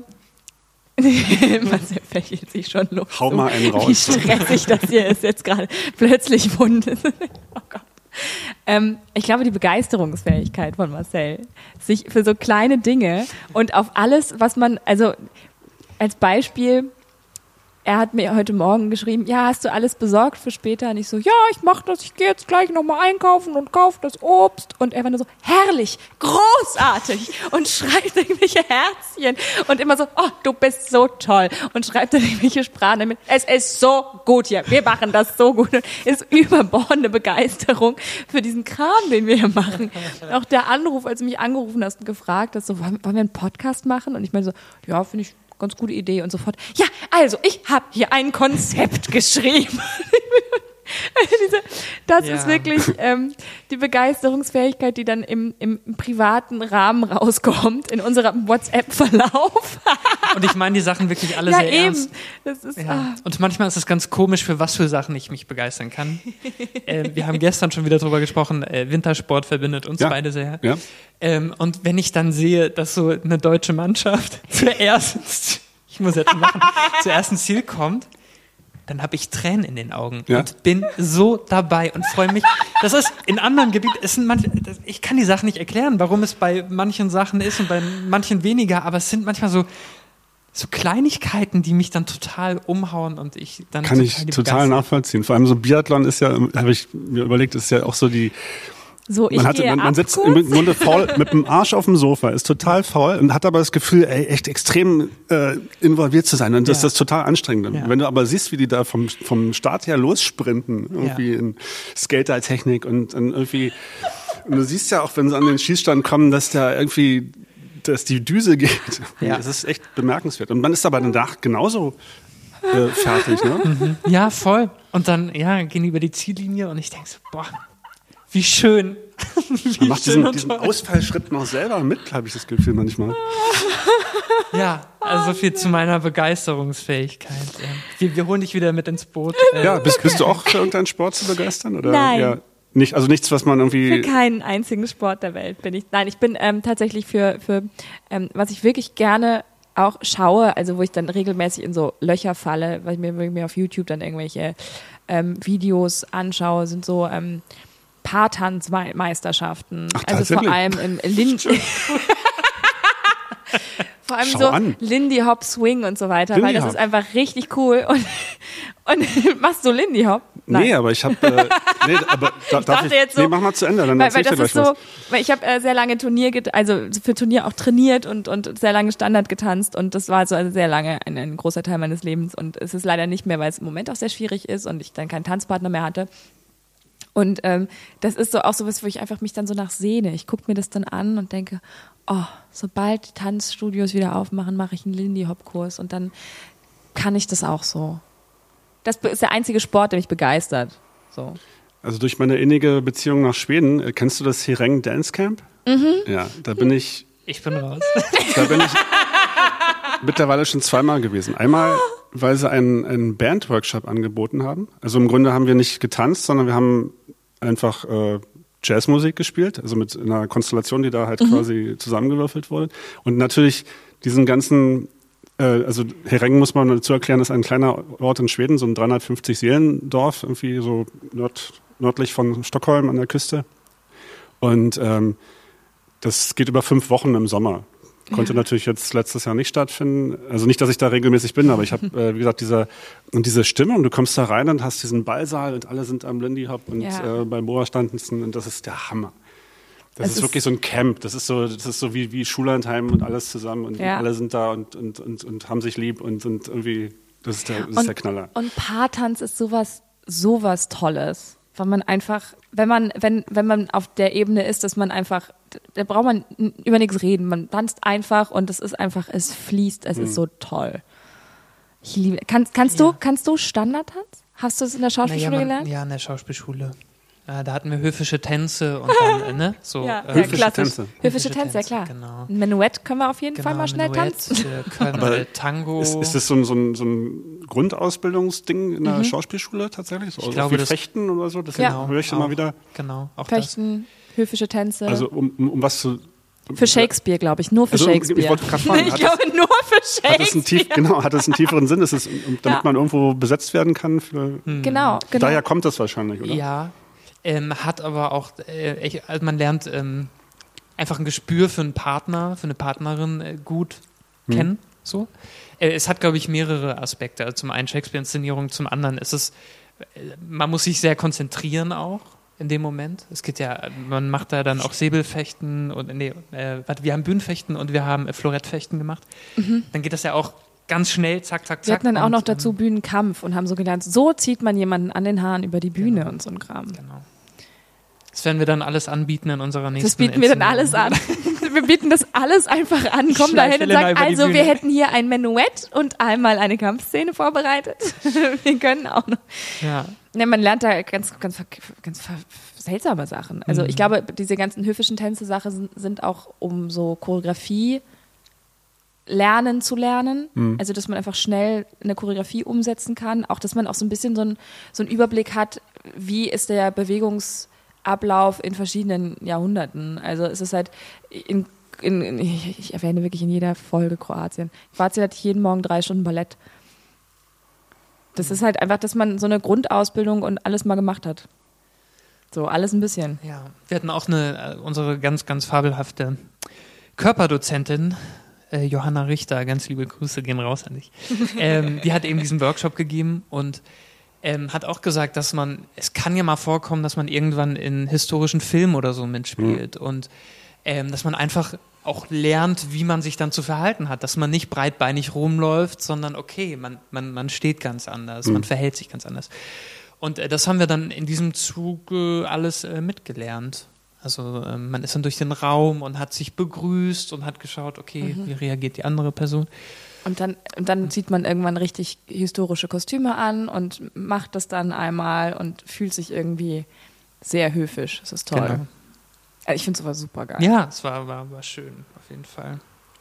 Was fällt sich schon los? Hau mal einen raus. Wie stressig das hier ist jetzt gerade. Plötzlich wund. Oh Gott. Ähm, ich glaube, die Begeisterungsfähigkeit von Marcel, sich für so kleine Dinge und auf alles, was man, also als Beispiel, er hat mir heute Morgen geschrieben, ja, hast du alles besorgt für später? Und ich so, ja, ich mach das, ich gehe jetzt gleich nochmal einkaufen und kaufe das Obst. Und er war nur so, herrlich, großartig und schreibt irgendwelche Herzchen und immer so, oh, du bist so toll und schreibt dann irgendwelche Sprachen damit. Es ist so gut hier, wir machen das so gut. Und ist überbordende Begeisterung für diesen Kram, den wir hier machen. Auch der Anruf, als du mich angerufen hast und gefragt hast, so, wollen wir einen Podcast machen? Und ich meine so, ja, finde ich ganz gute Idee und sofort, ja, also ich habe hier ein Konzept geschrieben. Das ja. ist wirklich ähm, die Begeisterungsfähigkeit, die dann im, im, im privaten Rahmen rauskommt, in unserem WhatsApp-Verlauf. Und ich meine die Sachen wirklich alle ja, sehr eben. ernst. Das ist, ja. ah. Und manchmal ist es ganz komisch, für was für Sachen ich mich begeistern kann. äh, wir haben gestern schon wieder drüber gesprochen, äh, Wintersport verbindet uns ja. beide sehr. Ja. Ähm, und wenn ich dann sehe, dass so eine deutsche Mannschaft zuerst, ich muss jetzt machen, zuerst ins Ziel kommt, dann habe ich Tränen in den Augen ja. und bin so dabei und freue mich. Das ist in anderen Gebieten, es sind manche, ich kann die Sachen nicht erklären, warum es bei manchen Sachen ist und bei manchen weniger, aber es sind manchmal so, so Kleinigkeiten, die mich dann total umhauen und ich dann kann ich total nachvollziehen. Vor allem so Biathlon ist ja, habe ich mir überlegt, ist ja auch so die So, ich man, hat, man, man sitzt kurz. im Grunde faul mit dem Arsch auf dem Sofa, ist total faul und hat aber das Gefühl, ey, echt extrem äh, involviert zu sein. Und das, ja. das ist total anstrengend. Ja. Wenn du aber siehst, wie die da vom, vom Start her lossprinten, irgendwie ja. in Skater-Technik und, und irgendwie, und du siehst ja auch, wenn sie an den Schießstand kommen, dass da irgendwie, dass die Düse geht. Ja. Das ist echt bemerkenswert. Und man ist aber danach genauso äh, fertig, ne? Mhm. Ja, voll. Und dann, ja, gehen die über die Ziellinie und ich denke so, boah, wie schön. Wie Man macht schön diesen, diesen Ausfallschritt noch selber mit, habe ich das Gefühl manchmal. Ja, also viel zu meiner Begeisterungsfähigkeit. Wir, wir holen dich wieder mit ins Boot. Ja, bist, bist du auch für irgendeinen Sport zu begeistern? Oder Nein. Ja, nicht, also nichts, was man irgendwie... Für keinen einzigen Sport der Welt bin ich. Nein, ich bin ähm, tatsächlich für, für ähm, was ich wirklich gerne auch schaue, also wo ich dann regelmäßig in so Löcher falle, weil ich mir, weil ich mir auf YouTube dann irgendwelche ähm, Videos anschaue, sind so ähm, Paartanzmeisterschaften. Ach, also vor allem im Lin vor allem Schau so an. Lindy Hop Swing und so weiter, Lindy weil das Hop. ist einfach richtig cool. Und, und machst du Lindy Hop? Nee, aber ich habe. Äh, nee, aber da, darf dachte ich, jetzt so- nee, mach mal zu Ende, dann Weil, weil erzähl das ich dir ist gleich so, was. weil ich habe äh, sehr lange Turnier, get- also für Turnier auch trainiert und, und sehr lange Standard getanzt und das war so also sehr lange ein, ein großer Teil meines Lebens und es ist leider nicht mehr, weil es im Moment auch sehr schwierig ist und ich dann keinen Tanzpartner mehr hatte. Und ähm, das ist so auch sowas, wo ich einfach mich dann so nach sehne. Ich gucke mir das dann an und denke, oh, sobald die Tanzstudios wieder aufmachen, mache ich einen Lindy-Hop-Kurs und dann kann ich das auch so. Das ist der einzige Sport, der mich begeistert. So. Also durch meine innige Beziehung nach Schweden, äh, kennst du das Herräng Dance Camp? Mhm. Ja, da bin ich, Ich bin raus. da bin ich mittlerweile schon zweimal gewesen. Einmal, weil sie einen, einen Band-Workshop angeboten haben. Also im Grunde haben wir nicht getanzt, sondern wir haben einfach äh, Jazzmusik gespielt, also mit einer Konstellation, die da halt Mhm. quasi zusammengewürfelt wurde. Und natürlich diesen ganzen, äh, also Herräng muss man dazu erklären, ist ein kleiner Ort in Schweden, so ein dreihundertfünfzig Seelendorf, irgendwie so nord, nördlich von Stockholm an der Küste. Und ähm, das geht über fünf Wochen im Sommer. Konnte Ja. natürlich jetzt letztes Jahr nicht stattfinden. Also nicht, dass ich da regelmäßig bin, aber ich habe, äh, wie gesagt, diese und diese Stimmung, du kommst da rein und hast diesen Ballsaal und alle sind am Lindy Hop und Ja. äh, bei Moa standen und das ist der Hammer. Das Es ist ist- wirklich so ein Camp. Das ist so, das ist so wie, wie Schullandheim und alles zusammen und Ja. alle sind da und, und, und, und haben sich lieb und sind irgendwie, das ist der, das ist Und- der Knaller. Und Paartanz ist sowas, sowas Tolles. Weil man einfach, wenn man, wenn, wenn man auf der Ebene ist, dass man einfach, da braucht man n- über nichts reden. Man tanzt einfach und es ist einfach, es fließt, es ist so toll. Ich liebe, kannst, kannst Ja. du, kannst du Standardtanz? Hast du es in der Schauspielschule Naja, man- gelernt? Ja, in der Schauspielschule. Ja, da hatten wir höfische Tänze und dann, äh, ne? So, Ja, äh, ja, Höfische klassisch. Tänze. Höfische Höfische Tänze, ja Tänze, klar. genau. Ein Menuett können wir auf jeden Fall genau, mal schnell Menuett, tanzen. Wir können Aber äh, Tango. Ist, ist das so ein, so ein, so ein Grundausbildungsding in der Schauspielschule tatsächlich? So, Ich so glaube, wie das- Fechten oder so? Das Ja. höre ich immer auch, wieder. Genau, auch das. Fechten, höfische Tänze. Also um, um, um was zu... für Shakespeare, glaube ich. Nur für Also, Shakespeare. ich wollte gerade fragen, ich hat glaube nur für Shakespeare. Hat es einen tief, genau, hat es einen tieferen Sinn? Ist es, um- damit Ja. man irgendwo besetzt werden kann? Für, Genau, genau. Daher kommt das wahrscheinlich, oder? Ja, ähm, hat aber auch, äh, echt, also man lernt ähm, einfach ein Gespür für einen Partner, für eine Partnerin äh, gut kennen. So. Äh, es hat, glaube ich, mehrere Aspekte. Also zum einen Shakespeare-Inszenierung, zum anderen ist es, äh, man muss sich sehr konzentrieren auch in dem Moment. Es geht ja, man macht da dann auch Säbelfechten und nee, äh, warte, wir haben Bühnenfechten und wir haben äh, Florettfechten gemacht. Dann geht das ja auch ganz schnell, zack, zack, zack. Wir hatten dann auch und, noch dazu ähm, Bühnenkampf und haben so gelernt, so zieht man jemanden an den Haaren über die Bühne und so ein Kram. Genau. Das werden wir dann alles anbieten in unserer nächsten Das bieten wir dann alles Inszenierung. an. Wir bieten das alles einfach an. Komm da hin und Schleif Helena sag, über die also wir Bühne. hätten hier ein Menuett und einmal eine Kampfszene vorbereitet. Wir können auch noch. Ja. Ja, man lernt da ganz, ganz, ganz ver- seltsame Sachen. Also ich glaube, diese ganzen höfischen Tänze-Sachen sind, sind auch um so Choreografie lernen zu lernen. Also dass man einfach schnell eine Choreografie umsetzen kann. Auch dass man auch so ein bisschen so, ein, so einen Überblick hat, wie ist der Bewegungsablauf in verschiedenen Jahrhunderten. Also es ist halt in, in, in ich, ich erwähne wirklich in jeder Folge Kroatien. Kroatien hat jeden Morgen drei Stunden Ballett. Das ist halt einfach, dass man so eine Grundausbildung und alles mal gemacht hat. So, alles ein bisschen. Ja, wir hatten auch eine, äh, unsere ganz, ganz fabelhafte Körperdozentin, äh, Johanna Richter, ganz liebe Grüße gehen raus an dich. ähm, die hat eben diesen Workshop gegeben und ähm, hat auch gesagt, dass man, es kann ja mal vorkommen, dass man irgendwann in historischen Filmen oder so mitspielt und ähm, dass man einfach auch lernt, wie man sich dann zu verhalten hat, dass man nicht breitbeinig rumläuft, sondern okay, man, man, man steht ganz anders, man verhält sich ganz anders. Und äh, das haben wir dann in diesem Zug äh, alles äh, mitgelernt. Also äh, man ist dann durch den Raum und hat sich begrüßt und hat geschaut, okay, wie reagiert die andere Person. Und dann, und dann zieht man irgendwann richtig historische Kostüme an und macht das dann einmal und fühlt sich irgendwie sehr höfisch. Das ist toll. Genau. Also ich finde sowas super geil. Ja, es war, war, war schön, auf jeden Fall.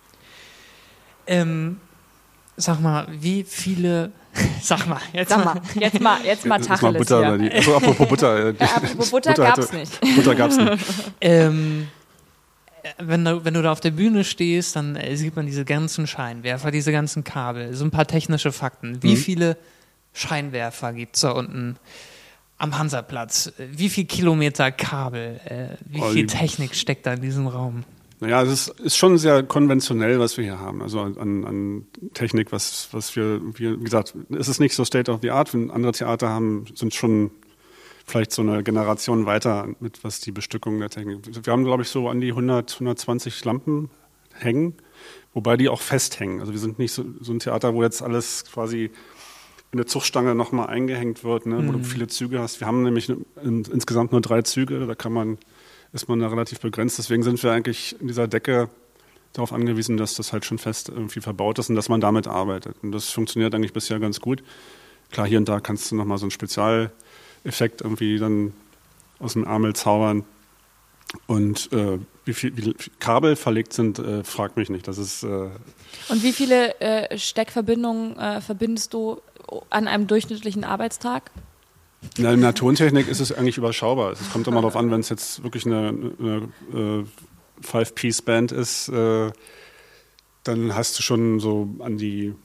Ähm, sag mal, wie viele, sag mal, jetzt Sag mal, jetzt mal, jetzt mal Jetzt mal Tacheles Butter, hier. die, also apropos Butter. äh, Ja, apropos Butter Butter gab's hatte- nicht. Butter gab's nicht. Ähm, wenn du, wenn du da auf der Bühne stehst, dann äh, sieht man diese ganzen Scheinwerfer, diese ganzen Kabel, so ein paar technische Fakten. Wie mhm. viele Scheinwerfer gibt es da unten am Hansaplatz? Wie viel Kilometer Kabel? Äh, wie oh, viel Technik steckt da in diesem Raum? Naja, es ist, ist schon sehr konventionell, was wir hier haben. Also an, an Technik, was, was wir, wir, wie gesagt, es ist nicht so State of the Art. Wenn andere Theater haben, sind schon vielleicht so eine Generation weiter mit was die Bestückung der Technik. Wir haben, glaube ich, so an die hundert, hundertzwanzig Lampen hängen, wobei die auch festhängen. Also wir sind nicht so, so ein Theater, wo jetzt alles quasi in der Zugstange nochmal eingehängt wird, ne, mhm. wo du viele Züge hast. Wir haben nämlich in, insgesamt nur drei Züge, da kann man ist man da relativ begrenzt. Deswegen sind wir eigentlich in dieser Decke darauf angewiesen, dass das halt schon fest irgendwie verbaut ist und dass man damit arbeitet. Und das funktioniert eigentlich bisher ganz gut. Klar, hier und da kannst du nochmal so einen Spezialeffekt irgendwie dann aus dem Ärmel zaubern. Und äh, wie viel wie Kabel verlegt sind, äh, frag mich nicht. Das ist, äh und wie viele äh, Steckverbindungen äh, verbindest du an einem durchschnittlichen Arbeitstag? Na, in der Tontechnik ist es eigentlich überschaubar. Es kommt immer darauf an, wenn es jetzt wirklich eine, eine, eine Five-Piece-Band ist, äh, dann hast du schon so an die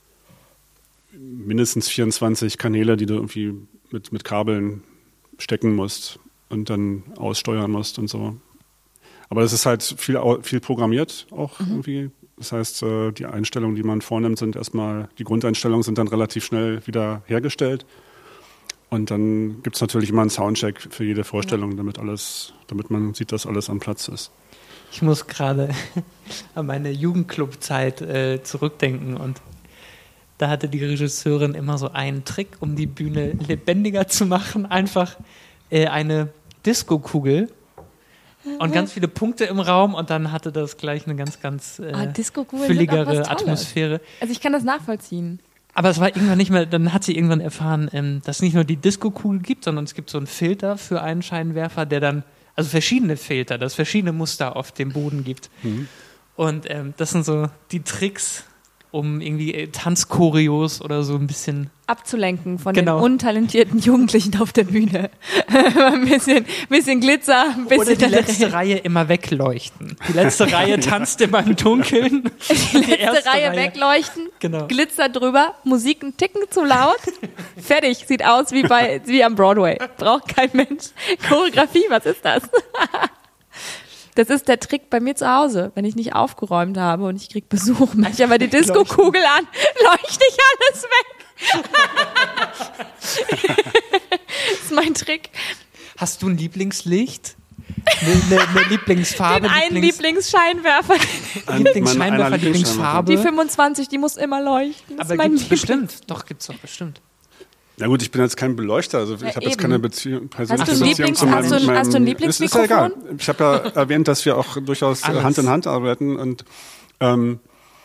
mindestens vierundzwanzig Kanäle, die du irgendwie mit, mit Kabeln stecken musst und dann aussteuern musst und so. Aber das ist halt viel, viel programmiert auch mhm. irgendwie. Das heißt, äh, die Einstellungen, die man vornimmt, sind erstmal, die Grundeinstellungen sind dann relativ schnell wieder hergestellt. Und dann gibt es natürlich immer einen Soundcheck für jede Vorstellung, damit alles, damit man sieht, dass alles am Platz ist. Ich muss gerade an meine Jugendclub-Zeit äh, zurückdenken und da hatte die Regisseurin immer so einen Trick, um die Bühne lebendiger zu machen. Einfach äh, eine Disco-Kugel und ganz viele Punkte im Raum und dann hatte das gleich eine ganz, ganz äh, ah, fülligere Atmosphäre. Also ich kann das nachvollziehen. Aber es war irgendwann nicht mehr, dann hat sie irgendwann erfahren, ähm, dass es nicht nur die Disco-Kugel gibt, sondern es gibt so einen Filter für einen Scheinwerfer, der dann, also verschiedene Filter, dass es verschiedene Muster auf dem Boden gibt. Mhm. Und ähm, das sind so die Tricks, um irgendwie äh, Tanzchoreos oder so ein bisschen abzulenken von genau. den untalentierten Jugendlichen auf der Bühne. ein bisschen, bisschen Glitzer, ein bisschen oder die letzte Reihe immer wegleuchten. Die letzte Reihe tanzt immer im Dunkeln. Die letzte die Reihe, Reihe wegleuchten, genau. Glitzer drüber, Musik einen Ticken zu laut, fertig, sieht aus wie bei wie am Broadway. Braucht kein Mensch. Choreografie, was ist das? Das ist der Trick bei mir zu Hause, wenn ich nicht aufgeräumt habe und ich krieg Besuch, mach ich aber die Disco-Kugel an, leuchte ich alles weg. Das ist mein Trick. Hast du ein Lieblingslicht? Eine, eine, eine Lieblingsfarbe? Den einen Lieblings- Lieblingsscheinwerfer. Ein, Lieblingsscheinwerfer, Lieblingsfarbe? Die fünfundzwanzig, die muss immer leuchten. Das aber gibt's bestimmt. Doch, gibt's doch bestimmt. Na gut, ich bin jetzt kein Beleuchter, also ich ja, habe jetzt keine Beziehung. Hast du ein, Lieblings- meinem, hast du ein, hast du ein Lieblingsmikrofon? Ist ja egal. Ich habe ja erwähnt, dass wir auch durchaus Alles. Hand in Hand arbeiten und ähm,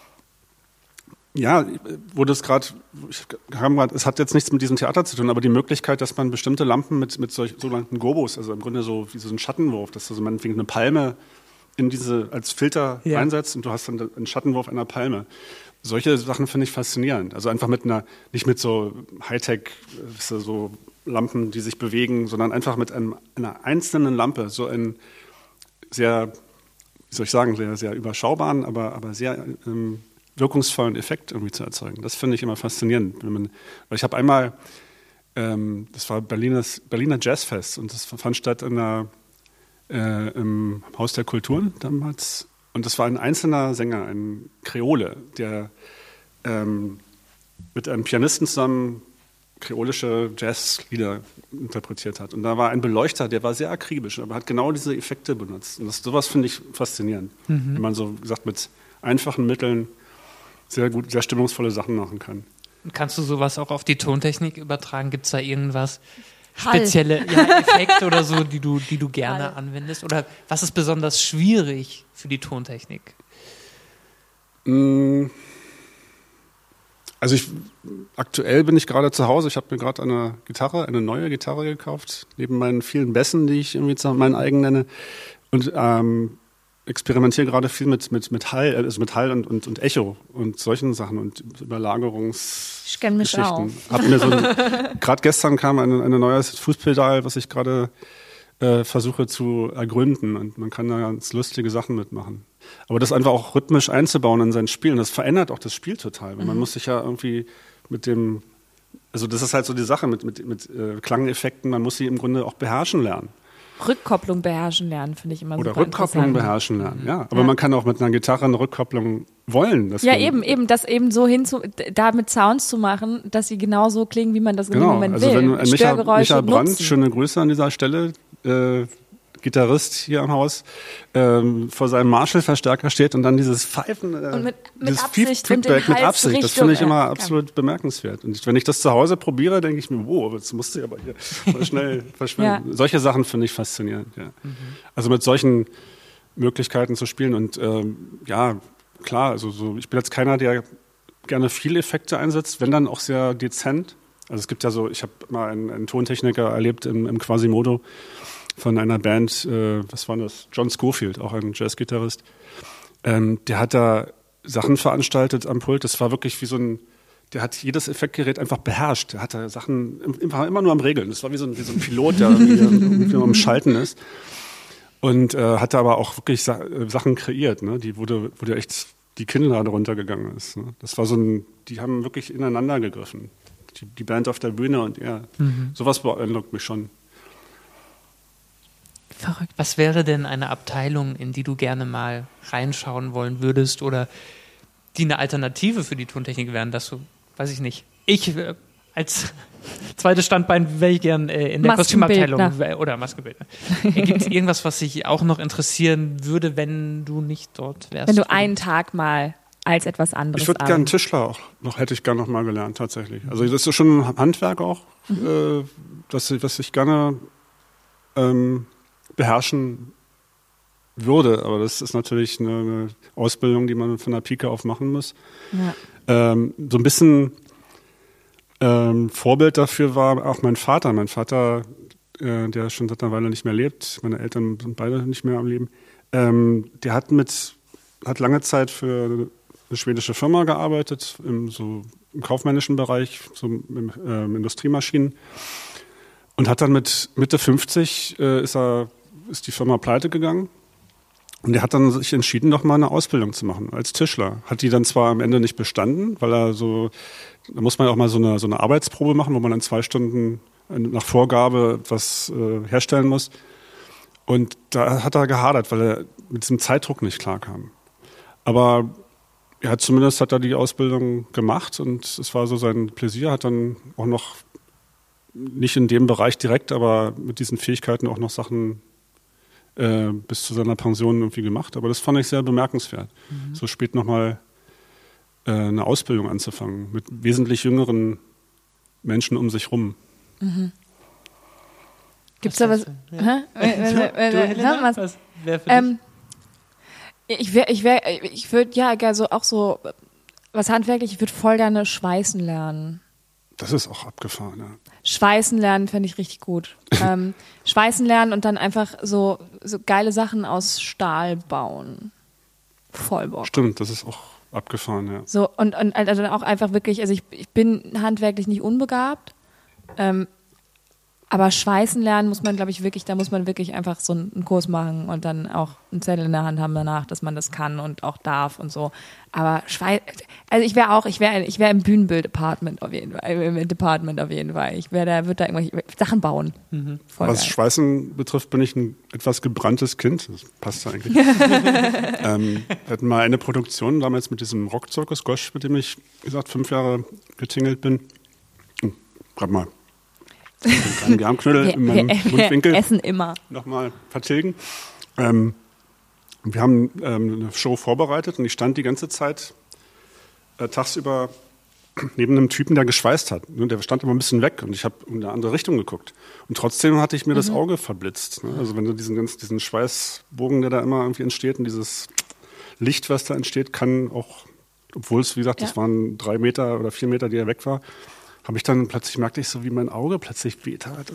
ja, wo das gerade, es hat jetzt nichts mit diesem Theater zu tun, aber die Möglichkeit, dass man bestimmte Lampen mit, mit solch, sogenannten Gobos, also im Grunde so wie so ein Schattenwurf, dass du so meinetwegen eine Palme in diese als Filter ja. einsetzt und du hast dann einen Schattenwurf einer Palme. Solche Sachen finde ich faszinierend. Also einfach mit einer, nicht mit so Hightech, so Lampen, die sich bewegen, sondern einfach mit einem, einer einzelnen Lampe, so einen sehr, wie soll ich sagen, sehr, sehr überschaubaren, aber, aber sehr ähm, wirkungsvollen Effekt irgendwie zu erzeugen. Das finde ich immer faszinierend. Wenn man, weil ich habe einmal, ähm, das war Berlines, Berliner Jazzfest und das fand statt in der, äh, im Haus der Kulturen damals. Und das war ein einzelner Sänger, ein Kreole, der ähm, mit einem Pianisten zusammen kreolische Jazzlieder interpretiert hat. Und da war ein Beleuchter, der war sehr akribisch, aber hat genau diese Effekte benutzt. Und das, sowas finde ich faszinierend, mhm. wenn man so, wie gesagt, mit einfachen Mitteln sehr gut, sehr stimmungsvolle Sachen machen kann. Kannst du sowas auch auf die Tontechnik übertragen? Gibt es da irgendwas? Spezielle ja, Effekte oder so, die du, die du gerne Hall. anwendest? Oder was ist besonders schwierig für die Tontechnik? Also ich, aktuell bin ich gerade zu Hause. Ich habe mir gerade eine Gitarre, eine neue Gitarre gekauft, neben meinen vielen Bässen, die ich irgendwie meinen eigen nenne. Und ähm, experimentiere gerade viel mit, mit, mit Hall, also mit Hall und, und, und Echo und solchen Sachen und Überlagerungsgeschichten. Ich kenn mich auch. Hab mir so gerade gestern kam ein, ein neues Fußpedal, was ich gerade äh, äh, versuche zu ergründen und man kann da ganz lustige Sachen mitmachen. Aber das einfach auch rhythmisch einzubauen in sein Spiel, und das verändert auch das Spiel total. Mhm. Man muss sich ja irgendwie mit dem, also das ist halt so die Sache mit, mit, mit äh, Klangeffekten, man muss sie im Grunde auch beherrschen lernen. Rückkopplung beherrschen lernen, finde ich immer Oder super Rückkopplung beherrschen lernen, ja. Aber ja. man kann auch mit einer Gitarre eine Rückkopplung wollen. Das ja, eben, eben, das eben so hinzu, da mit Sounds zu machen, dass sie genau so klingen, wie man das genau. im Moment also will. Wenn äh, Micha, Micha Brandt, nutzen. Schöne Grüße an dieser Stelle, äh, Gitarrist hier am Haus, ähm, vor seinem Marshall-Verstärker steht und dann dieses Pfeifen, äh, und mit, mit dieses Absicht Feedback mit Absicht, Richtung, das finde ich immer ja, absolut ja. bemerkenswert. Und wenn ich das zu Hause probiere, denke ich mir, wow, jetzt musst du aber hier voll schnell verschwinden. Ja. Solche Sachen finde ich faszinierend. Ja. Mhm. Also mit solchen Möglichkeiten zu spielen und ähm, ja, klar, also so, ich bin jetzt keiner, der gerne viele Effekte einsetzt, wenn dann auch sehr dezent. Also es gibt ja so, ich habe mal einen, einen Tontechniker erlebt im, im Quasimodo von einer Band, äh, was war das? John Scofield, auch ein Jazzgitarrist. Ähm, der hat da Sachen veranstaltet am Pult. Das war wirklich wie so ein, der hat jedes Effektgerät einfach beherrscht. Der hat da Sachen, war immer nur am Regeln. Das war wie so ein, wie so ein Pilot, der irgendwie am Schalten ist. Und äh, hat da aber auch wirklich Sa- Sachen kreiert, ne? Die wurde, wo dir echt die Kinnlade runtergegangen ist. Ne? Das war so ein, die haben wirklich ineinander gegriffen. Die, die Band auf der Bühne und er. Mhm. Sowas beeindruckt mich schon. Verrückt. Was wäre denn eine Abteilung, in die du gerne mal reinschauen wollen würdest oder die eine Alternative für die Tontechnik wären, dass du, weiß ich nicht, ich äh, als zweites Standbein wäre ich gern äh, in der Kostümabteilung wär, oder Maskenbildner. Gibt es irgendwas, was dich auch noch interessieren würde, wenn du nicht dort wärst? Wenn du einen Tag mal als etwas anderes Ich würde gerne Tischler auch noch, hätte ich gerne noch mal gelernt, tatsächlich. Also das ist schon ein Handwerk auch, mhm. äh, das, was ich gerne ähm, beherrschen würde, aber das ist natürlich eine, eine Ausbildung, die man von der Pike auf machen muss. Ja. Ähm, so ein bisschen ähm, Vorbild dafür war auch mein Vater. Mein Vater, äh, der schon seit einer Weile nicht mehr lebt, meine Eltern sind beide nicht mehr am Leben, ähm, der hat mit, hat lange Zeit für eine schwedische Firma gearbeitet, im, so, im kaufmännischen Bereich, so im, äh, Industriemaschinen, und hat dann mit Mitte fünfzig äh, ist er ist die Firma pleite gegangen und er hat dann sich entschieden, noch mal eine Ausbildung zu machen als Tischler. Hat die dann zwar am Ende nicht bestanden, weil er so, da muss man auch mal so eine, so eine Arbeitsprobe machen, wo man dann zwei Stunden nach Vorgabe etwas äh, herstellen muss. Und da hat er gehadert, weil er mit diesem Zeitdruck nicht klarkam. Aber er hat zumindest hat er die Ausbildung gemacht und es war so sein Pläsier, hat dann auch noch nicht in dem Bereich direkt, aber mit diesen Fähigkeiten auch noch Sachen Äh, bis zu seiner Pension irgendwie gemacht. Aber das fand ich sehr bemerkenswert, mhm. so spät nochmal äh, eine Ausbildung anzufangen mit wesentlich jüngeren Menschen um sich rum. Mhm. Gibt's da was? Ja. was? was ähm, ich wäre, ich wäre, ich würde ja also auch so was handwerklich. Ich würde voll gerne schweißen lernen. Das ist auch abgefahren, ja. Schweißen lernen fände ich richtig gut. ähm, Schweißen lernen und dann einfach so, so geile Sachen aus Stahl bauen. Voll Bock. Stimmt, das ist auch abgefahren, ja. So, und, und also dann auch einfach wirklich, also ich, ich bin handwerklich nicht unbegabt, ähm, aber Schweißen lernen muss man, glaube ich, wirklich, da muss man wirklich einfach so einen Kurs machen und dann auch einen Zettel in der Hand haben danach, dass man das kann und auch darf und so. Aber Schweiß, also ich wäre auch, ich wäre ich wäre im Bühnenbild-Department auf jeden Fall, im Department auf jeden Fall. Ich wäre da, würde da irgendwelche Sachen bauen. Mhm. Was geil. Schweißen betrifft, bin ich ein etwas gebranntes Kind. Das passt ja eigentlich. ähm, wir hatten mal eine Produktion damals mit diesem Rockzirkus Gosch, mit dem ich, wie gesagt, fünf Jahre getingelt bin. Oh, gerade mal. Einen Germknödel in meinem wir, Mundwinkel. Wir essen immer. Nochmal vertilgen. Ähm, wir haben ähm, eine Show vorbereitet und ich stand die ganze Zeit äh, tagsüber neben einem Typen, der geschweißt hat. Ne? Der stand immer ein bisschen weg und ich habe in eine andere Richtung geguckt. Und trotzdem hatte ich mir mhm. das Auge verblitzt. Ne? Also wenn du diesen ganzen, diesen Schweißbogen, der da immer irgendwie entsteht und dieses Licht, was da entsteht, kann auch, obwohl es, wie gesagt, ja. das waren drei Meter oder vier Meter, die er weg war, habe ich dann plötzlich, merkte ich so, wie mein Auge plötzlich wehtat.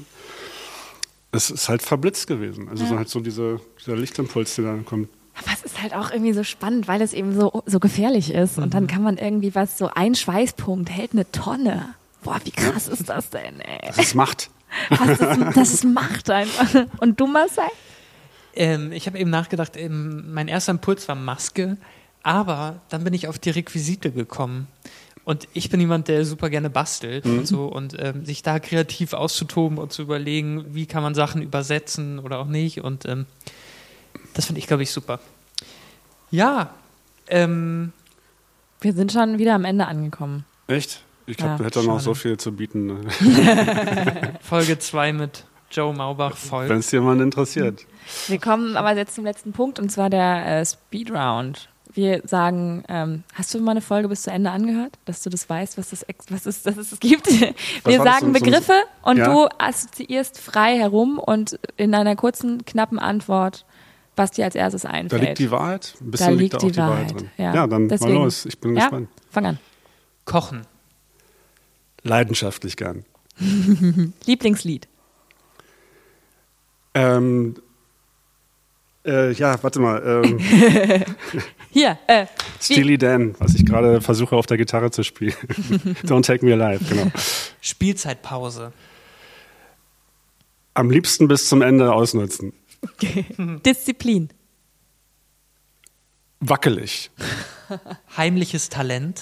Es ist halt verblitzt gewesen. Also ja. so halt so diese, dieser Lichtimpuls, der da kommt. Aber es ist halt auch irgendwie so spannend, weil es eben so, so gefährlich ist. Mhm. Und dann kann man irgendwie was, so ein Schweißpunkt hält eine Tonne. Boah, wie krass ja. ist das denn, ey? Das ist Macht. was das, das ist Macht einfach. Und du, Marcel? Ähm, ich habe eben nachgedacht, ähm, mein erster Impuls war Maske, aber dann bin ich auf die Requisite gekommen. Und ich bin jemand, der super gerne bastelt mhm. und so und ähm, sich da kreativ auszutoben und zu überlegen, wie kann man Sachen übersetzen oder auch nicht. Und ähm, das finde ich, glaube ich, super. Ja. Ähm, Wir sind schon wieder am Ende angekommen. Echt? Ich glaube, Ja, du hättest noch so viel zu bieten. Folge zwei mit Joe Maubach folgt. Wenn es jemanden interessiert. Wir kommen aber jetzt zum letzten Punkt und zwar der äh, Speedround. Wir sagen, ähm, hast du mal eine Folge bis zu Ende angehört, dass du das weißt, was, das, was, es, was es gibt? Wir sagen das, Begriffe und ja? du assoziierst frei herum und in einer kurzen, knappen Antwort, was dir als erstes einfällt. Da liegt die Wahrheit? Ein bisschen da liegt liegt da auch die, die Wahrheit. Wahrheit drin. Ja, ja dann Deswegen. mal los. Ich bin ja? gespannt. Fang an. Kochen. Leidenschaftlich gern. Lieblingslied. Ähm, äh, ja, warte mal. Ähm, Hier. Äh, Steely Dan, was ich gerade versuche auf der Gitarre zu spielen. Don't Take Me Alive, genau. Spielzeitpause. Am liebsten bis zum Ende ausnutzen. Disziplin. Wackelig. Heimliches Talent.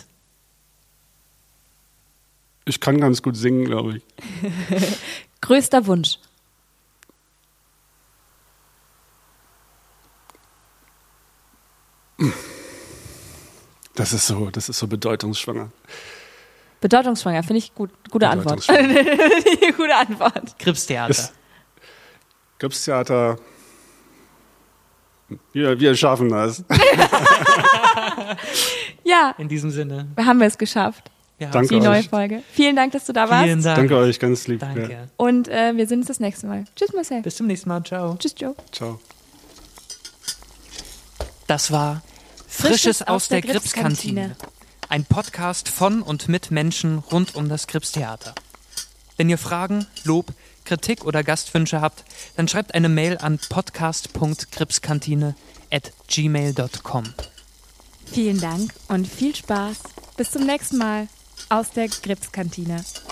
Ich kann ganz gut singen, glaube ich. Größter Wunsch. Das ist so, das ist so bedeutungsschwanger. Bedeutungsschwanger, finde ich gut. Gute Antwort. Gute Antwort. Kripstheater. Kripstheater. Wir, wir schaffen das. Ja. In diesem Sinne. Haben wir es geschafft. Ja, Danke die euch. neue Folge. Vielen Dank, dass du da warst. Vielen Dank. Danke euch, ganz lieb. Danke. Ja. Und äh, wir sehen uns das nächste Mal. Tschüss, Marcel. Bis zum nächsten Mal. Ciao. Tschüss, Joe. Ciao. Das war Frisches aus der Gripskantine. Ein Podcast von und mit Menschen rund um das Kripstheater. Wenn ihr Fragen, Lob, Kritik oder Gastwünsche habt, dann schreibt eine Mail an podcast punkt gripskantine at gmail punkt com. Vielen Dank und viel Spaß. Bis zum nächsten Mal aus der Gripskantine.